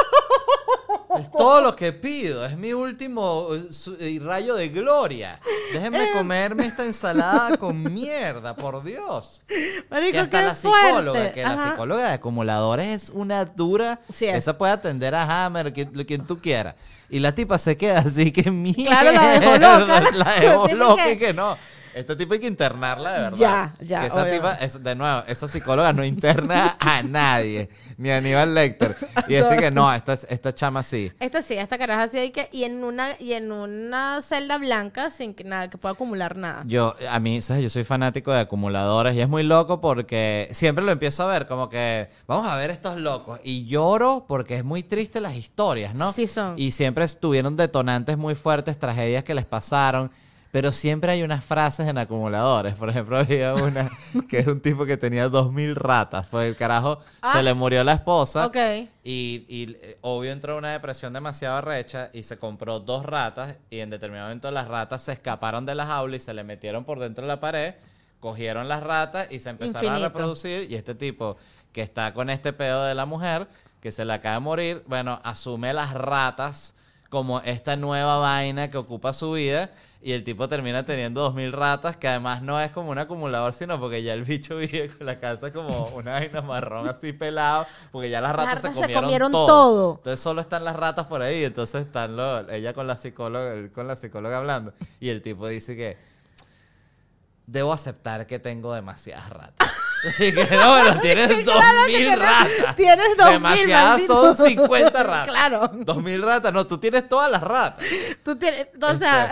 Es todo lo que pido. Es mi último rayo de gloria. Déjenme comerme esta ensalada con mierda, por Dios. Marico, que hasta qué la psicóloga, fuerte. que la psicóloga de acumuladores es una dura. Sí es. Esa puede atender a Hammer, quien tú quieras. Y la tipa se queda así que mierda. Claro, la dejó loca. La dejó Tipo loca que- y que no. Esta tipa hay que internarla de verdad. Ya, Que esa obvio. tipa, de nuevo, esa psicóloga no interna a nadie. Ni a Aníbal Lecter. Y que no, esta chama sí. Esta caraja así hay que... Y en una celda blanca sin que nada, que pueda acumular nada. A mí, ¿sabes? Yo soy fanático de acumuladores y es muy loco porque siempre lo empiezo a ver como que vamos a ver estos locos y lloro porque es muy triste las historias, ¿no? Sí son. Y siempre tuvieron detonantes muy fuertes, tragedias que les pasaron. Pero siempre hay unas frases en acumuladores. Por ejemplo, había una que es un tipo que tenía 2000 ratas. Pues el carajo se le murió la esposa. Ok. Y obvio entró en una depresión demasiado arrecha y se compró 2 ratas. Y en determinado momento las ratas se escaparon de la jaula y se le metieron por dentro de la pared. Cogieron las ratas y se empezaron Infinito. a reproducir. Y este tipo que está con este pedo de la mujer, que se le acaba de morir, bueno, asume las ratas como esta nueva vaina que ocupa su vida. Y el tipo termina teniendo 2000 ratas, que además no es como un acumulador, sino porque ya el bicho vive con la casa como una vaina marrón así pelado, porque ya las ratas, se comieron todo. Entonces solo están las ratas por ahí, entonces están ella con la psicóloga, él con la psicóloga hablando. Y el tipo dice que debo aceptar que tengo demasiadas ratas. Y que no, bueno, tienes Claro que 2000 ratas. Tienes 2000, Demasiadas maldito. son 50 ratas. Claro. 2000 ratas. No, tú tienes todas las ratas. Tú tienes, o sea,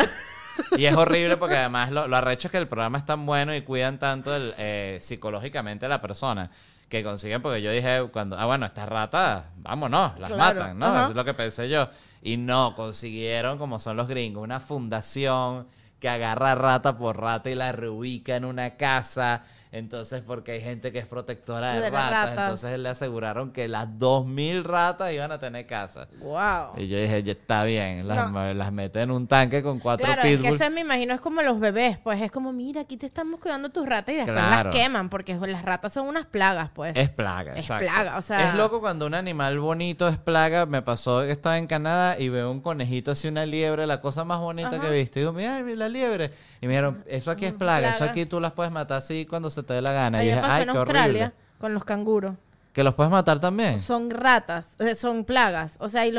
Y es horrible porque además lo arrecho es que el programa es tan bueno y cuidan tanto psicológicamente a la persona que consiguen, porque yo dije cuando, bueno, estas ratas, vámonos, las Claro, matan, ¿no? ajá. Eso es lo que pensé yo. Y no, consiguieron, como son los gringos, una fundación que agarra rata por rata y la reubica en una casa. Entonces, porque hay gente que es protectora de De las ratas, ratas. entonces le aseguraron que las 2000 ratas iban a tener casa. wow. Y yo dije, ya está bien, No. las mete en un tanque con 4 Claro, es que pitbulls. eso me imagino es como los bebés, pues es como, mira, aquí te estamos cuidando tus ratas y después Claro. las queman, porque las ratas son unas plagas, pues. Es plaga, Es exacto. plaga, o sea- Es loco cuando un animal bonito es plaga. Me pasó que estaba en Canadá y veo un conejito así, una liebre, la cosa más bonita Ajá. que he visto. Y digo, mira, la liebre. Y me dijeron, eso aquí es plaga, eso plaga. aquí tú las puedes matar así cuando se te dé la gana. A Y mí me dije, pasó ay, en qué Australia horrible. con los canguros. ¿Que los puedes matar también? Son ratas, son plagas. O sea, y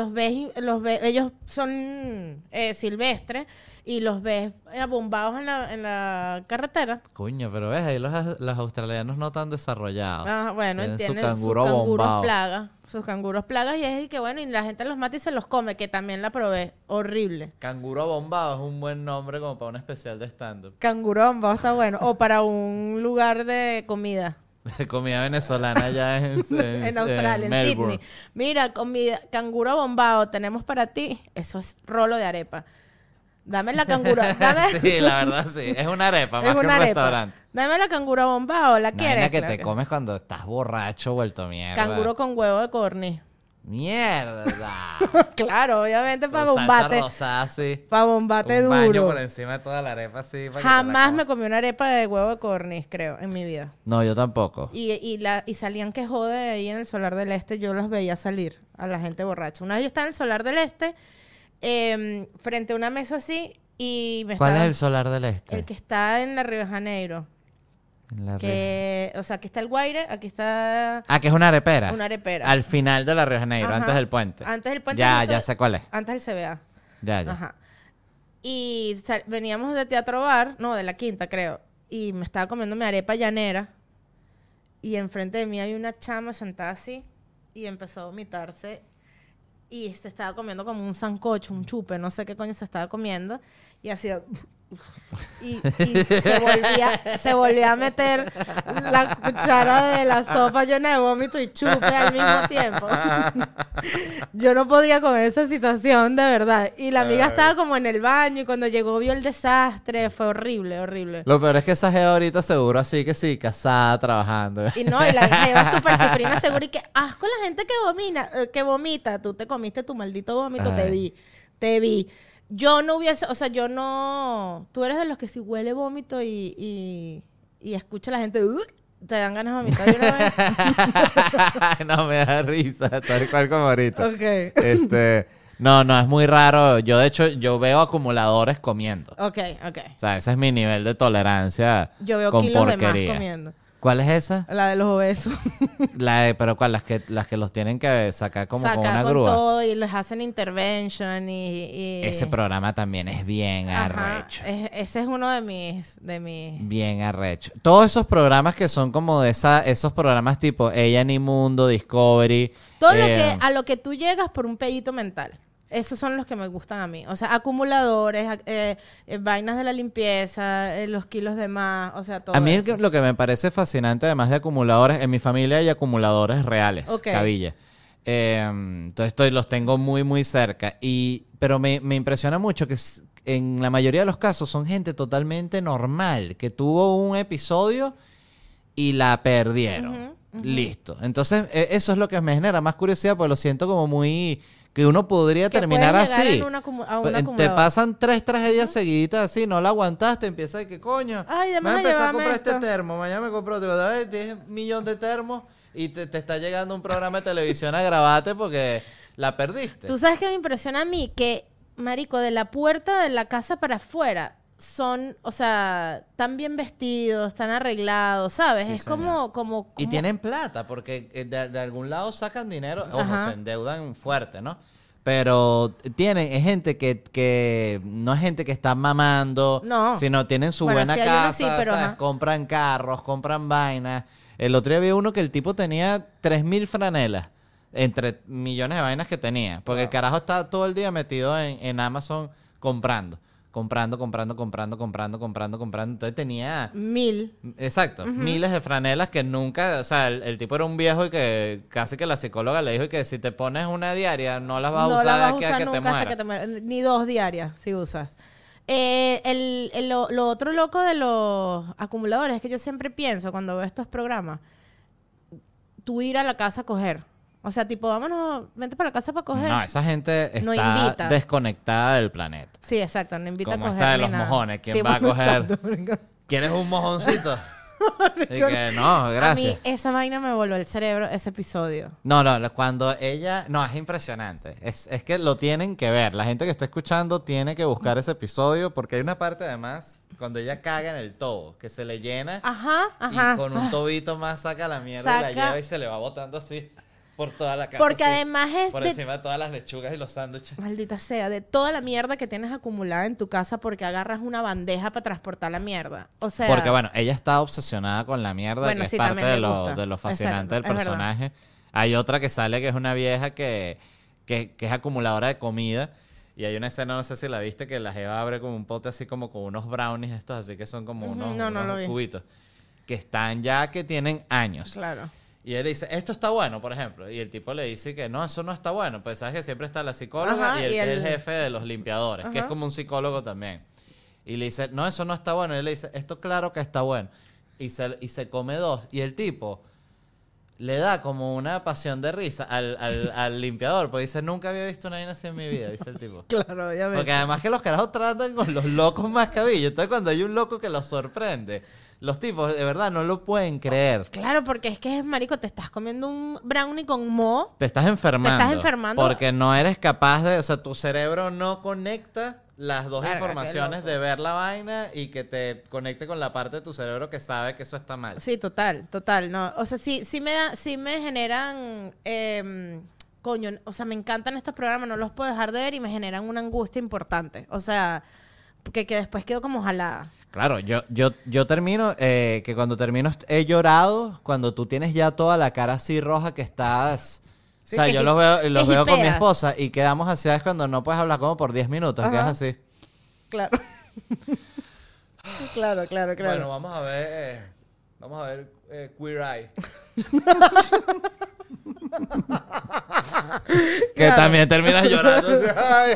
ellos son silvestres y los ves abombados en la carretera. Coño, pero ves, ahí los australianos no tan desarrollados. Ah, bueno, Tienen entienden. su canguro sus canguros bombado. plagas. Sus canguros plagas y es que bueno, y la gente los mata y se los come, que también la probé. Horrible. Canguro bombado es un buen nombre como para un especial de stand-up. Canguro bombado está bueno. O para un lugar de comida. De comida venezolana allá En Australia, en Melbourne. Sydney. Mira, comida, canguro bombado, tenemos para ti. Eso es rolo de arepa. Dame la canguro. Dame, Sí, la verdad sí. Es una arepa más es que un una arepa. restaurante. Dame la canguro bombado, ¿la Una quieres? vaina que Claro te comes cuando estás borracho, vuelto mierda. Canguro con huevo de codorniz. Mierda. Claro, obviamente para Con salsa bombate. rosada así. Para bombate Un baño duro. por encima de toda la arepa así. para que te la Jamás comas. me comí una arepa de huevo de codorniz, creo, en mi vida. No, yo tampoco. Y salían que jode ahí en el Solar del Este, yo las veía salir a la gente borracha. Una vez yo estaba en el Solar del Este, frente a una mesa así, y me ¿Cuál es estaba- el solar del este? El que está en la Río de Janeiro. En la Río. O sea, aquí está el Guaire, aquí está Ah, que es una arepera. una arepera. Al final de la Río de Janeiro, Ajá. antes del puente. Antes del puente. Ya, justo- ya sé cuál es. Antes del CBA. Ya. Ajá. Y veníamos de Teatro Bar, no, de la Quinta, creo. Y me estaba comiendo mi arepa llanera. Y enfrente de mí había una chama sentada así. Y empezó a vomitarse. Y se estaba comiendo como un sancocho, un chupe, no sé qué coño se estaba comiendo. Y hacía... Y se volvía a meter la cuchara de la sopa llena de vómito y chupe al mismo tiempo. Yo no podía con esa situación, de verdad. Y la amiga estaba como en el baño y cuando llegó vio el desastre. Fue horrible, horrible. Lo peor es que esa jeva ahorita seguro así que sí, casada, trabajando. Y no, y la jeva súper cifrina segura y que asco la gente que vomita. Tú te comiste tu maldito vómito, Ay. te vi. Yo no hubiese, o sea, yo no... Tú eres de los que si huele vómito y escucha a la gente... te dan ganas de vomitar de una vez. No me da risa, tal cual como ahorita. Ok. No, es muy raro. Yo, de hecho, yo veo acumuladores comiendo. Ok. O sea, ese es mi nivel de tolerancia Yo veo con kilos de porquería. más comiendo. ¿Cuál es esa? La de los obesos. Pero ¿cuál? Las que los tienen que sacar como con Saca una con grúa. todo y les hacen intervention y... Ese programa también es bien Ajá, arrecho. ese es uno de mis... Bien arrecho. Todos esos programas que son como de esos programas tipo Ella ni Mundo, Discovery. Todo a lo que tú llegas por un pedito mental. Esos son los que me gustan a mí. O sea, acumuladores, vainas de la limpieza, los kilos de más, o sea, todo A mí eso. lo que me parece fascinante, además de acumuladores, en mi familia hay acumuladores reales, Ok. cabilla. Entonces los tengo muy, muy cerca. Pero me impresiona mucho que en la mayoría de los casos son gente totalmente normal, que tuvo un episodio y la perdieron. Listo. Entonces, eso es lo que me genera más curiosidad, porque lo siento como muy... que uno podría Que terminar puedes llegar así. en a un Te acumulador. pasan 3 tragedias seguiditas así, no la aguantaste, empiezas de que coño. Ay, Voy a además empezar a llévame comprar este esto. termo, mañana me compro otro. A ver, tienes 1 millón de termos y te está llegando un programa de televisión a grabarte porque la perdiste. Tú sabes que me impresiona a mí que, marico, de la puerta de la casa para afuera son, o sea, tan bien vestidos, tan arreglados, ¿sabes? Sí, es señor. como... Y tienen plata porque de algún lado sacan dinero. Ojo, Ajá. se endeudan fuerte, ¿no? Pero es gente que no es gente que está mamando, No. sino tienen su Bueno, buena sí hay unos casa, sí, pero ¿sabes? ajá. Compran carros, compran vainas. El otro día vi uno que el tipo tenía 3.000 franelas entre millones de vainas que tenía. Porque el carajo estaba todo el día metido en Amazon comprando. Comprando. Entonces tenía... 1000. Exacto, miles de franelas que nunca... O sea, el tipo era un viejo y que casi que la psicóloga le dijo que si te pones una diaria no las vas a usar de aquí a que te nunca hasta que te mueras. Ni 2 diarias si usas. Lo otro loco de los acumuladores es que yo siempre pienso cuando veo estos programas, tú ir a la casa a coger. O sea, tipo, vámonos, vente para la casa para coger. No, esa gente No está invita. desconectada del planeta. Sí, exacto, no invita Como a coger. esta de ni los nada. mojones. ¿Quién Sí, va a bueno, coger? exacto. ¿Quieres un mojoncito? Y que no, gracias. A mí esa vaina me voló el cerebro, ese episodio. No, cuando ella... No, es impresionante. Es que lo tienen que ver. La gente que está escuchando tiene que buscar ese episodio porque hay una parte además cuando ella caga en el tobo, que se le llena Ajá. y con un tobito más saca la mierda y la lleva y se le va botando así por toda la casa. Porque así, además es por encima de todas las lechugas y los sándwiches. Maldita sea, de toda la mierda que tienes acumulada en tu casa porque agarras una bandeja para transportar la mierda. O sea... Porque bueno, ella está obsesionada con la mierda, Bueno, que es sí, parte también de me gusta. lo fascinante Exacto, del es personaje. Hay otra que sale que es una vieja que es acumuladora de comida. Y hay una escena, no sé si la viste, que la jeva abre como un pote así como con unos brownies estos, así que son como No, unos lo vi. cubitos. Que están ya, que tienen años. Claro. Y él le dice, esto está bueno, por ejemplo. Y el tipo le dice que no, eso no está bueno. Pues sabes que siempre está la psicóloga Ajá, y y el jefe de los limpiadores, que es Ajá. como un psicólogo también. Y le dice, no, eso no está bueno. Y él le dice, esto claro que está bueno. Y se come 2. Y el tipo le da como una pasión de risa al limpiador. Porque dice, nunca había visto una vaina así en mi vida, dice el tipo. Claro, obviamente. Porque además que los carajos tratan con los locos más cabillos. Entonces cuando hay un loco que los sorprende, los tipos de verdad no lo pueden creer. Claro, porque es que es marico, te estás comiendo un brownie con mo. Te estás enfermando. Te estás enfermando. Porque no eres capaz de... O sea, tu cerebro no conecta las dos Verga, qué informaciones loco. de ver la vaina y que te conecte con la parte de tu cerebro que sabe que eso está mal. Sí, total, no. O sea, sí me generan, coño, o sea, me encantan estos programas, no los puedo dejar de ver y me generan una angustia importante. O sea, que después quedo como jalada. Claro, yo termino, que cuando termino he llorado cuando tú tienes ya toda la cara así roja que estás... Sí, o sea, que yo los veo con mi hipeas. esposa y quedamos así, es cuando no puedes hablar como por 10 minutos, Ajá. quedas así. Claro. claro. Bueno, vamos a ver Queer Eye. Que Claro. también terminas llorando. Ay,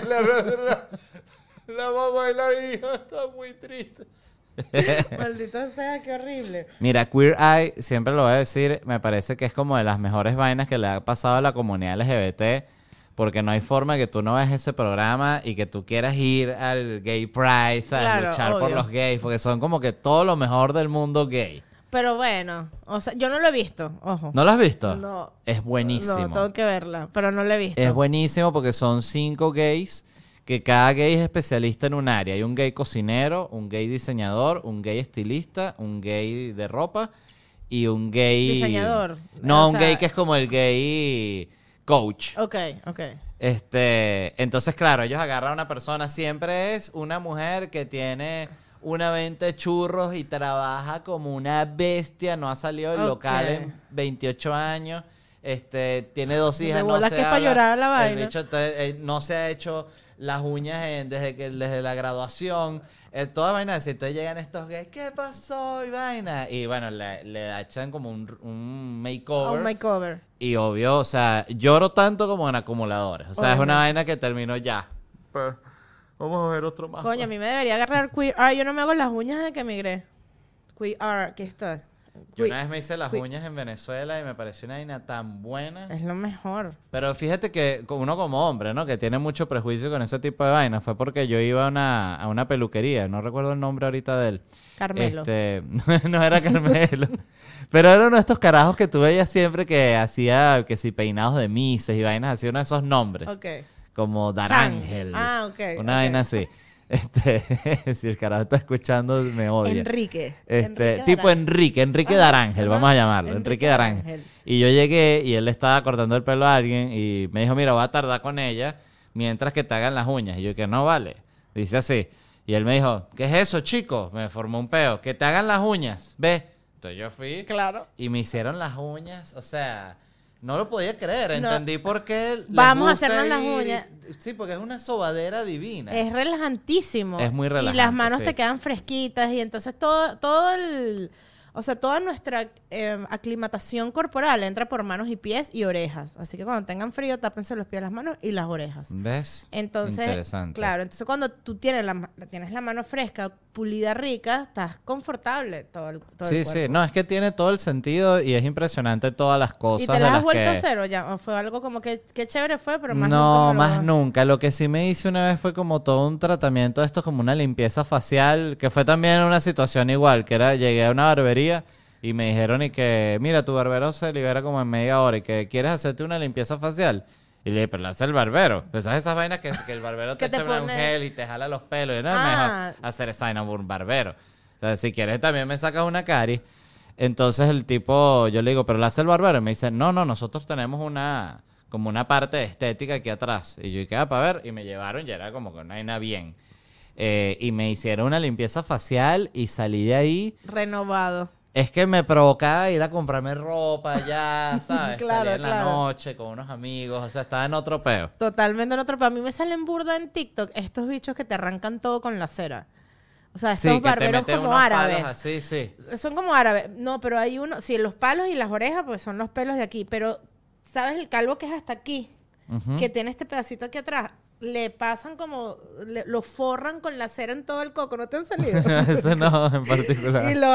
la mamá y la hija está muy triste. Maldita sea, qué horrible. Mira, Queer Eye, siempre lo voy a decir, me parece que es como de las mejores vainas que le ha pasado a la comunidad LGBT, porque no hay forma que tú no veas ese programa y que tú quieras ir al Gay Pride, ¿sabes? Claro, Luchar por obvio. los gays, porque son como que todo lo mejor del mundo gay. Pero bueno, o sea, yo no lo he visto, ojo. ¿No lo has visto? No. Es buenísimo. No, tengo que verla, pero no la he visto. Es buenísimo porque son 5 gays que cada gay es especialista en un área. Hay un gay cocinero, un gay diseñador, un gay estilista, un gay de ropa y un gay... Diseñador. No, O un sea- gay que es como el gay coach. Ok. Entonces, claro, ellos agarran a una persona, siempre es una mujer que tiene una venta de churros y trabaja como una bestia, no ha salido del Ok. local en 28 años, tiene 2 hijas, De no bolas se que es pa' habla, llorar la el vaina. bicho, no se ha hecho las uñas desde la graduación, toda vaina así. Entonces llegan estos gays, ¿qué pasó? Y vaina. Y bueno, le echan como un makeover. Un makeover. Y obvio, o sea, lloro tanto como en acumuladores. O sea, es una vaina que terminó ya. Pero vamos a ver otro más. Coño, a mí me debería agarrar queer. Yo no me hago las uñas desde que emigré. Queer, aquí está. Yo Queer- una vez me hice las Queer- uñas en Venezuela y me pareció una vaina tan buena. Es lo mejor. Pero fíjate que uno como hombre, ¿no? Que tiene mucho prejuicio con ese tipo de vainas. Fue porque yo iba a una peluquería. No recuerdo el nombre ahorita de él. Carmelo. No era Carmelo. Pero era uno de estos carajos que tú veías siempre que hacía, que si peinados de mises y vainas así, uno de esos nombres. Ok. Como Chan. Darángel. Ok. Una ok. vaina así. Si el carajo está escuchando, me odia. Enrique. Tipo Darángel. Enrique Ajá, Darángel, ajá. vamos a llamarlo. Enrique Enrique Darángel. Darángel. Y yo llegué y él le estaba cortando el pelo a alguien y me dijo, mira, voy a tardar con ella mientras que te hagan las uñas. Y yo, que no vale. Dice así. Y él me dijo, ¿qué es eso, chico? Me formó un peo. Que te hagan las uñas. Ve, Entonces yo fui Claro. y me hicieron las uñas, o sea, no lo podía creer, No. entendí por qué les Vamos a gusta hacernos las ir uñas. Sí, porque es una sobadera divina. Es relajantísimo. Es muy Y las relajante, manos sí. te quedan fresquitas y entonces todo el... O sea, toda nuestra aclimatación corporal entra por manos y pies y orejas. Así que cuando tengan frío, tápense los pies, las manos y las orejas. ¿Ves? Entonces, Interesante. claro, entonces cuando tú tienes la mano fresca, pulida, rica, estás confortable todo el Sí, cuerpo. sí, no, es que tiene todo el sentido y es impresionante todas las cosas ¿Y te de las las has vuelto que... a hacer o ya? ¿O fue algo como que qué chévere fue, pero más No, nunca me lo- más nunca. Lo que sí me hice una vez fue como todo un tratamiento de esto, como una limpieza facial, que fue también una situación igual, que era, llegué a una barbería y me dijeron y que, mira, tu barbero se libera como en media hora y que quieres hacerte una limpieza facial. Y le dije, pero la hace el barbero. Pues ¿sabes esas vainas que el barbero te Que te echa un pone- gel y te jala los pelos? Y no es Ah. mejor hacer esa vaina por un barbero. O sea, si quieres también me sacas una caries. Entonces el tipo, yo le digo, pero la hace el barbero. Y me dice, no, nosotros tenemos como una parte de estética aquí atrás. Y yo dije, para ver. Y me llevaron, ya era como que una vaina bien. Y me hicieron una limpieza facial y salí de ahí. Renovado. Es que me provocaba ir a comprarme ropa ya, ¿sabes? Claro, Salí en la claro. noche con unos amigos, o sea, estaba en otro peo. Totalmente en otro. Pero a mí me salen burda en TikTok estos bichos que te arrancan todo con la cera. O sea, Sí, estos que te barberos meten como unos árabes. palos así, sí. Son como árabes. No, pero hay uno... Sí, los palos y las orejas, pues son los pelos de aquí. Pero, ¿sabes? El calvo que es hasta aquí, Ujú. que tiene este pedacito aquí atrás, le pasan como... lo forran con la cera en todo el coco. ¿No te han salido? Eso no, en particular. Y lo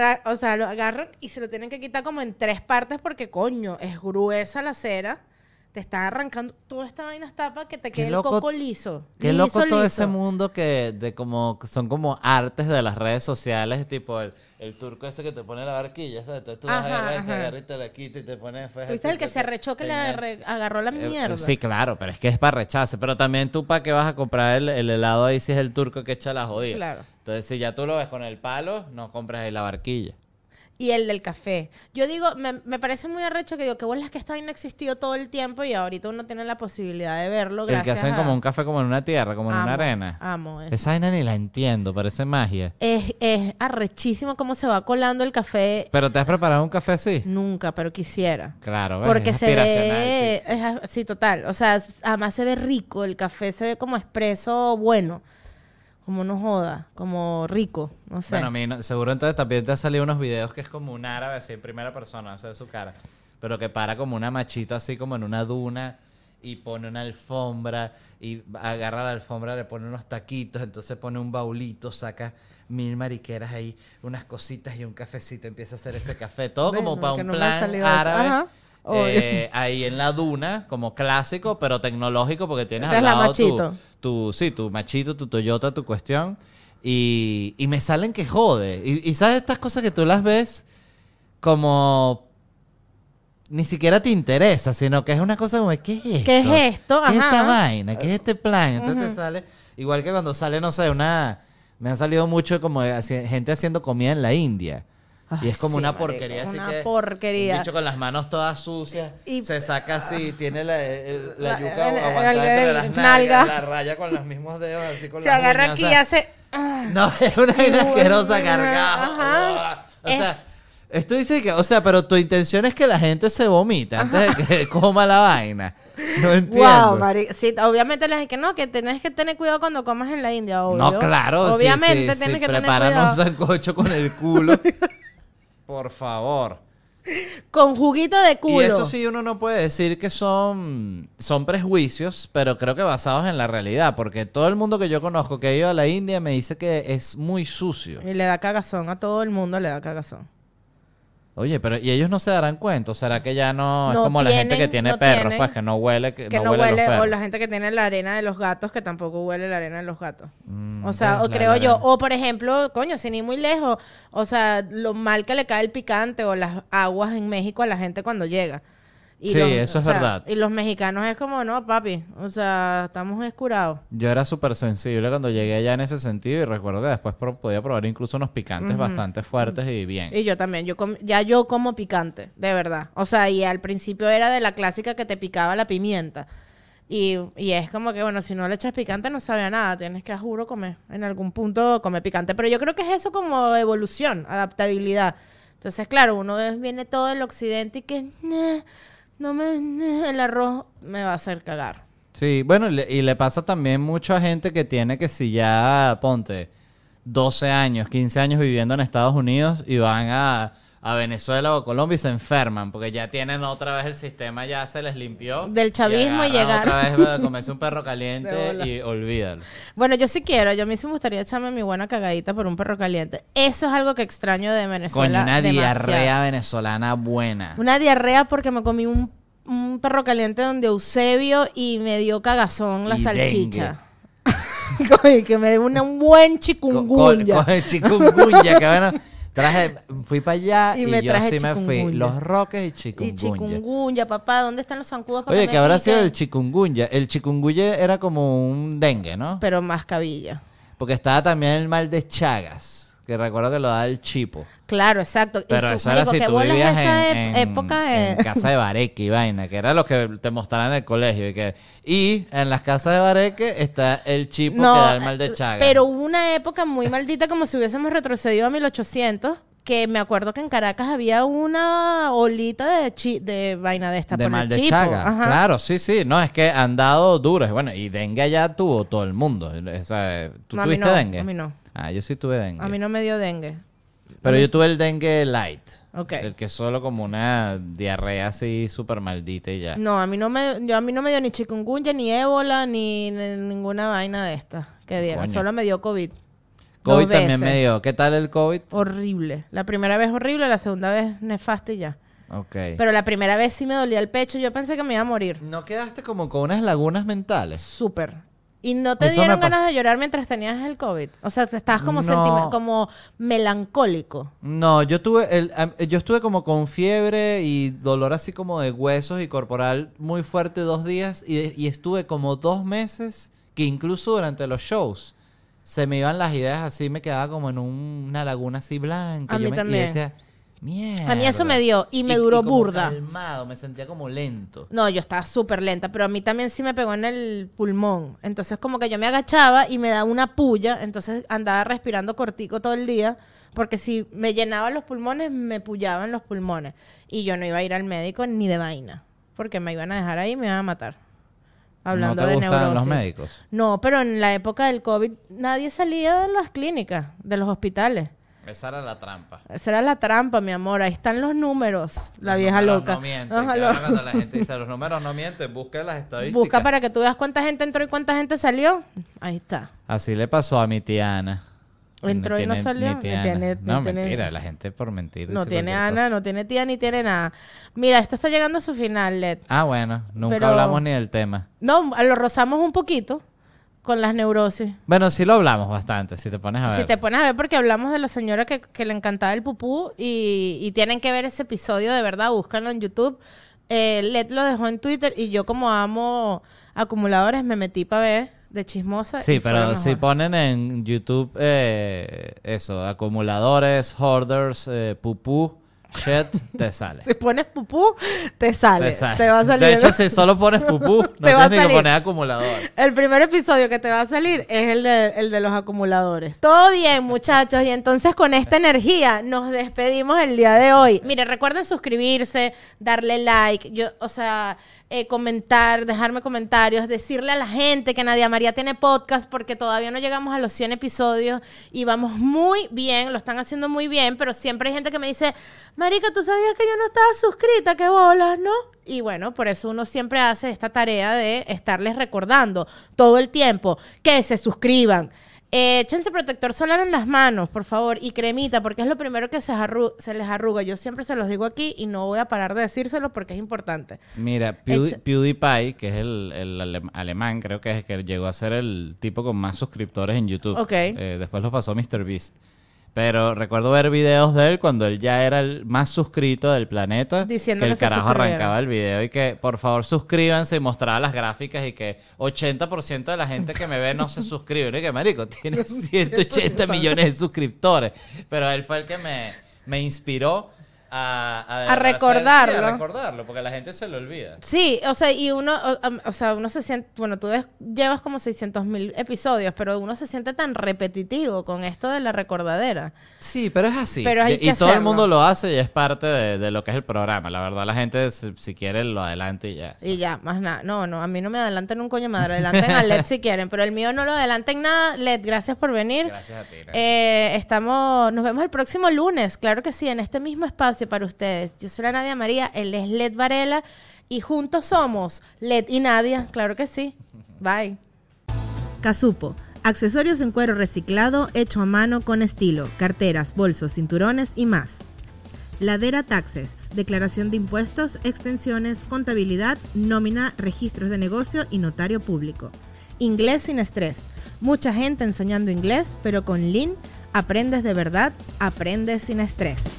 agarran y se lo tienen que quitar como en 3 partes porque, coño, es gruesa la cera. Te están arrancando toda esta vaina tapa que te Qué quede el loco- coco liso. Qué Liso, loco todo liso. ese mundo que de como son como artes de las redes sociales, tipo el turco ese que te pone la barquilla, ¿sabes? Entonces tú vas Ajá, a agarrar y te ajá. agarras y te la quitas y te pones después ¿Tú viste así, el que se arrechó que le peinar. agarró la mierda? Sí, claro, pero es que es para rechace. Pero también tú para qué vas a comprar el helado ahí si es el turco que echa la jodida. Claro. Entonces si ya tú lo ves con el palo, no compras ahí la barquilla. Y el del café. Yo digo, me parece muy arrecho que digo, qué bueno es que esta vaina ha existido todo el tiempo y ahorita uno tiene la posibilidad de verlo El que gracias hacen a... como un café como en una tierra, como en una Amo, arena. Amo eso. Esa vaina ni la entiendo, parece magia. Es arrechísimo cómo se va colando el café. ¿Pero te has preparado un café así? Nunca, pero quisiera. Claro, ¿ves? Porque es se aspiracional, ve... tipo. sí, total. O sea, además se ve rico. El café se ve como expreso bueno. Como no joda. Como rico. No sé. Bueno, a mí seguro entonces también te han salido unos videos que es como un árabe así en primera persona, o sea, su cara. Pero que para como una machita así como en una duna y pone una alfombra y agarra la alfombra, le pone unos taquitos, entonces pone un baulito, saca 1000 mariqueras ahí, unas cositas y un cafecito, empieza a hacer ese café. Todo como Bueno, para que un no me ha plan salido eso. árabe. Ajá. Obvio. Ahí en la duna, como clásico, pero tecnológico, porque tienes Es al la lado machito. tu machito, tu Toyota, tu cuestión. Y me salen que jode. Y sabes estas cosas que tú las ves como ni siquiera te interesa, sino que es una cosa como, ¿qué es esto? ¿Qué es esto? ¿Qué es esta Ajá. vaina? ¿Qué es este plan? Entonces te sale, igual que cuando sale, no sé, me han salido mucho como gente haciendo comida en la India. Y es como sí, una marico, porquería, así una que porquería. un bicho con las manos todas sucias, Y- se saca así, tiene la yuca el- aguantada el- entre las el- nalgas, nalga. la raya con los mismos dedos, así con Se las agarra uñas, aquí o y sea, hace... no, es una vaina bueno, asquerosa cargada. ajá. O sea, Es- esto dice que, o sea, pero tu intención es que la gente se vomite antes de que coma la vaina. No entiendo. Wow, marico. Sí, obviamente les dije que no, que tenés que tener cuidado cuando comas en la India, obvio. No, claro, Obviamente sí, tienes que tener preparan un cuidado. sancocho con el culo. Por favor. Con juguito de culo. Y eso sí uno no puede decir que son prejuicios, pero creo que basados en la realidad, porque todo el mundo que yo conozco que ha ido a la India me dice que es muy sucio. Y le da cagazón, a todo el mundo le da cagazón. Oye, pero ¿y ellos no se darán cuenta? ¿O será que ya no es No como la gente que tienen, tiene no perros, tienen. pues que no huele, Que no no huele, huele, los o perros? la gente que tiene la arena de los gatos, que tampoco huele la arena de los gatos. Mm, O sea, ves, o creo la yo, arena. o por ejemplo, coño, sin ir muy lejos, o sea, lo mal que le cae el picante o las aguas en México a la gente cuando llega. Sí, eso es o sea, verdad. Y los mexicanos es como, no, papi, o sea, estamos escurados. Yo era súper sensible cuando llegué allá en ese sentido y recuerdo que después podía probar incluso unos picantes bastante fuertes y bien. Y yo también, yo como picante, de verdad. O sea, y al principio era de la clásica que te picaba la pimienta. Y es como que, bueno, si no le echas picante no sabe a nada. Tienes que, a juro, comer. En algún punto comer picante. Pero yo creo que es eso como evolución, adaptabilidad. Entonces, claro, viene todo del occidente y que el arroz me va a hacer cagar. Sí, bueno, y le pasa también mucho a gente que tiene que si ya, ponte, 12 años, 15 años viviendo en Estados Unidos y van a Venezuela o Colombia y se enferman porque ya tienen otra vez el sistema, ya se les limpió. Del chavismo y llegar. Otra vez a comerse un perro caliente y olvídalo. Bueno, yo sí quiero, a mí sí me gustaría echarme mi buena cagadita por un perro caliente. Eso es algo que extraño de Venezuela. Con una demasiado. diarrea venezolana buena. Una diarrea porque me comí un perro caliente donde Eusebio y me dio cagazón la Y salchicha. Que me dio un buen chikungunya. Con el chikungunya, que bueno. Fui para allá Y y, me yo traje sí me fui. chikungunya. Los roques y chikungunya. Y chikungunya, papá, ¿dónde están los zancudos para Oye, que que me habrá piquen? sido el chikungunya. El chikungunya era como un dengue, ¿no? Pero más cabilla. Porque estaba también el mal de Chagas, que recuerdo que lo da el Chipo. Claro, exacto. Pero Y eso era si ¿qué tú bolas vivías esa en época de... en casa de bareque y vaina, que era lo que te mostraban en el colegio. Y en las casas de bareque está el Chipo que da el mal de Chagas. Pero hubo una época muy maldita, como si hubiésemos retrocedido a 1800, que me acuerdo que en Caracas había una olita de vaina de esta. De por mal el de chipo. Chagas. Ajá. Claro, sí. No, es que han dado duros. Bueno, y dengue allá tuvo todo el mundo. O sea, ¿tú No, a mí tuviste no, dengue? a mí no. Ah, yo sí tuve dengue. A mí no me dio dengue. Pero yo tuve el dengue light. Ok. El que es solo como una diarrea así súper maldita y ya. No, a mí no me dio ni chikungunya, ni ébola, ni ninguna vaina de esta que dieron. Coño. Solo me dio COVID. COVID 2 también veces. me dio. ¿Qué tal el COVID? Horrible. La primera vez horrible, la segunda vez nefasta y ya. Ok. Pero la primera vez sí me dolía el pecho. Yo pensé que me iba a morir. ¿No quedaste como con unas lagunas mentales? Súper. ¿Y no te Eso dieron me pa- ganas de llorar mientras tenías el COVID? O sea, te estabas como, No. como melancólico. No, yo estuve como con fiebre y dolor así como de huesos y corporal muy fuerte 2 días y estuve como 2 meses que incluso durante los shows se me iban las ideas así, me quedaba como en una laguna así blanca. A mí y también. decía, mierda. A mí eso me dio y me duró como burda. calmado, me sentía como lento. No, yo estaba súper lenta, pero a mí también sí me pegó en el pulmón. Entonces como que yo me agachaba y me daba una pulla, entonces andaba respirando cortico todo el día, porque si me llenaban los pulmones, me pullaban los pulmones. Y yo no iba a ir al médico ni de vaina, porque me iban a dejar ahí y me iban a matar. Hablando ¿No te de gustan neurosis. los médicos? No, pero en la época del COVID nadie salía de las clínicas, de los hospitales. Esa era la trampa. Esa era la trampa, mi amor. Ahí están los números. La Los vieja números loca. No mienten. Ajá, Que ahora cuando la gente dice los números no mienten, busca las estadísticas. Busca para que tú veas cuánta gente entró y cuánta gente salió. Ahí está. Así le pasó a mi tía Ana. Entró y no tiene salió. ni tía No tiene- Ana. no No, tiene- mentira. La gente por mentir No dice tiene cualquier Ana, cosa. no tiene tía, ni tiene nada. Mira, esto está llegando a su final, Led. Ah, bueno. Nunca Pero- hablamos ni del tema. No, lo rozamos un poquito con las neurosis. Bueno, sí lo hablamos bastante, si te pones a ver. Si te pones a ver, porque hablamos de la señora que le encantaba el pupú y tienen que ver ese episodio, de verdad, búscanlo en YouTube. Led lo dejó en Twitter y yo como amo acumuladores me metí para ver de chismosa. Sí, y fue lo pero mejor. si ponen en YouTube eso, acumuladores, hoarders, pupú, shit, te sale. Si pones pupú, te sale. Te sale. Te va a salir. De hecho, si solo pones pupú, no Te va a tienes ni que salir. poner acumulador. El primer episodio que te va a salir es el de los acumuladores. Todo bien, muchachos. Y entonces con esta energía nos despedimos el día de hoy. Mire, recuerden suscribirse, darle like, comentar, dejarme comentarios, decirle a la gente que Nadia María tiene podcast porque todavía no llegamos a los 100 episodios y vamos muy bien, lo están haciendo muy bien, pero siempre hay gente que me dice, marica, ¿tú sabías que yo no estaba suscrita? ¿Qué bolas, no? Y bueno, por eso uno siempre hace esta tarea de estarles recordando todo el tiempo que se suscriban. Échense protector solar en las manos, por favor, y cremita, porque es lo primero que se les arruga. Yo siempre se los digo aquí y no voy a parar de decírselo porque es importante. Mira, PewDiePie, que es el alemán, creo que es que llegó a ser el tipo con más suscriptores en YouTube. Ok. Después lo pasó MrBeast. Pero recuerdo ver videos de él cuando él ya era el más suscrito del planeta. Diciendo que que el se carajo suscribieran. arrancaba el video y que por favor suscríbanse y mostraba las gráficas y que 80% de la gente que me ve no se suscribe. Y que marico, tiene 180 millones de suscriptores. Pero él fue el que me inspiró a recordarlo. Sí, a recordarlo, porque la gente se lo olvida. Sí, o sea, y uno se siente, bueno, llevas como 600,000 episodios, pero uno se siente tan repetitivo con esto de la recordadera. Sí, pero es así. Pero hay que y todo el hacerlo. mundo lo hace y es parte de lo que es el programa. La verdad, la gente, si quiere, lo adelante y ya. Y ya, más nada. No, a mí no me adelanten un coño madre. Adelanten a LED si quieren, pero el mío no lo adelanten nada. LED, gracias por venir. Gracias a ti. Nos vemos el próximo lunes, claro que sí, en este mismo espacio para ustedes. Yo soy la Nadia María, él es LED Varela y juntos somos LED y Nadia, claro que sí. Bye. Casupo, accesorios en cuero reciclado hecho a mano con estilo, carteras, bolsos, cinturones y más. Ladera Taxes, declaración de impuestos, extensiones, contabilidad, nómina, registros de negocio y notario público. Inglés sin estrés. Mucha gente enseñando inglés, pero con Lean aprendes de verdad, aprendes sin estrés.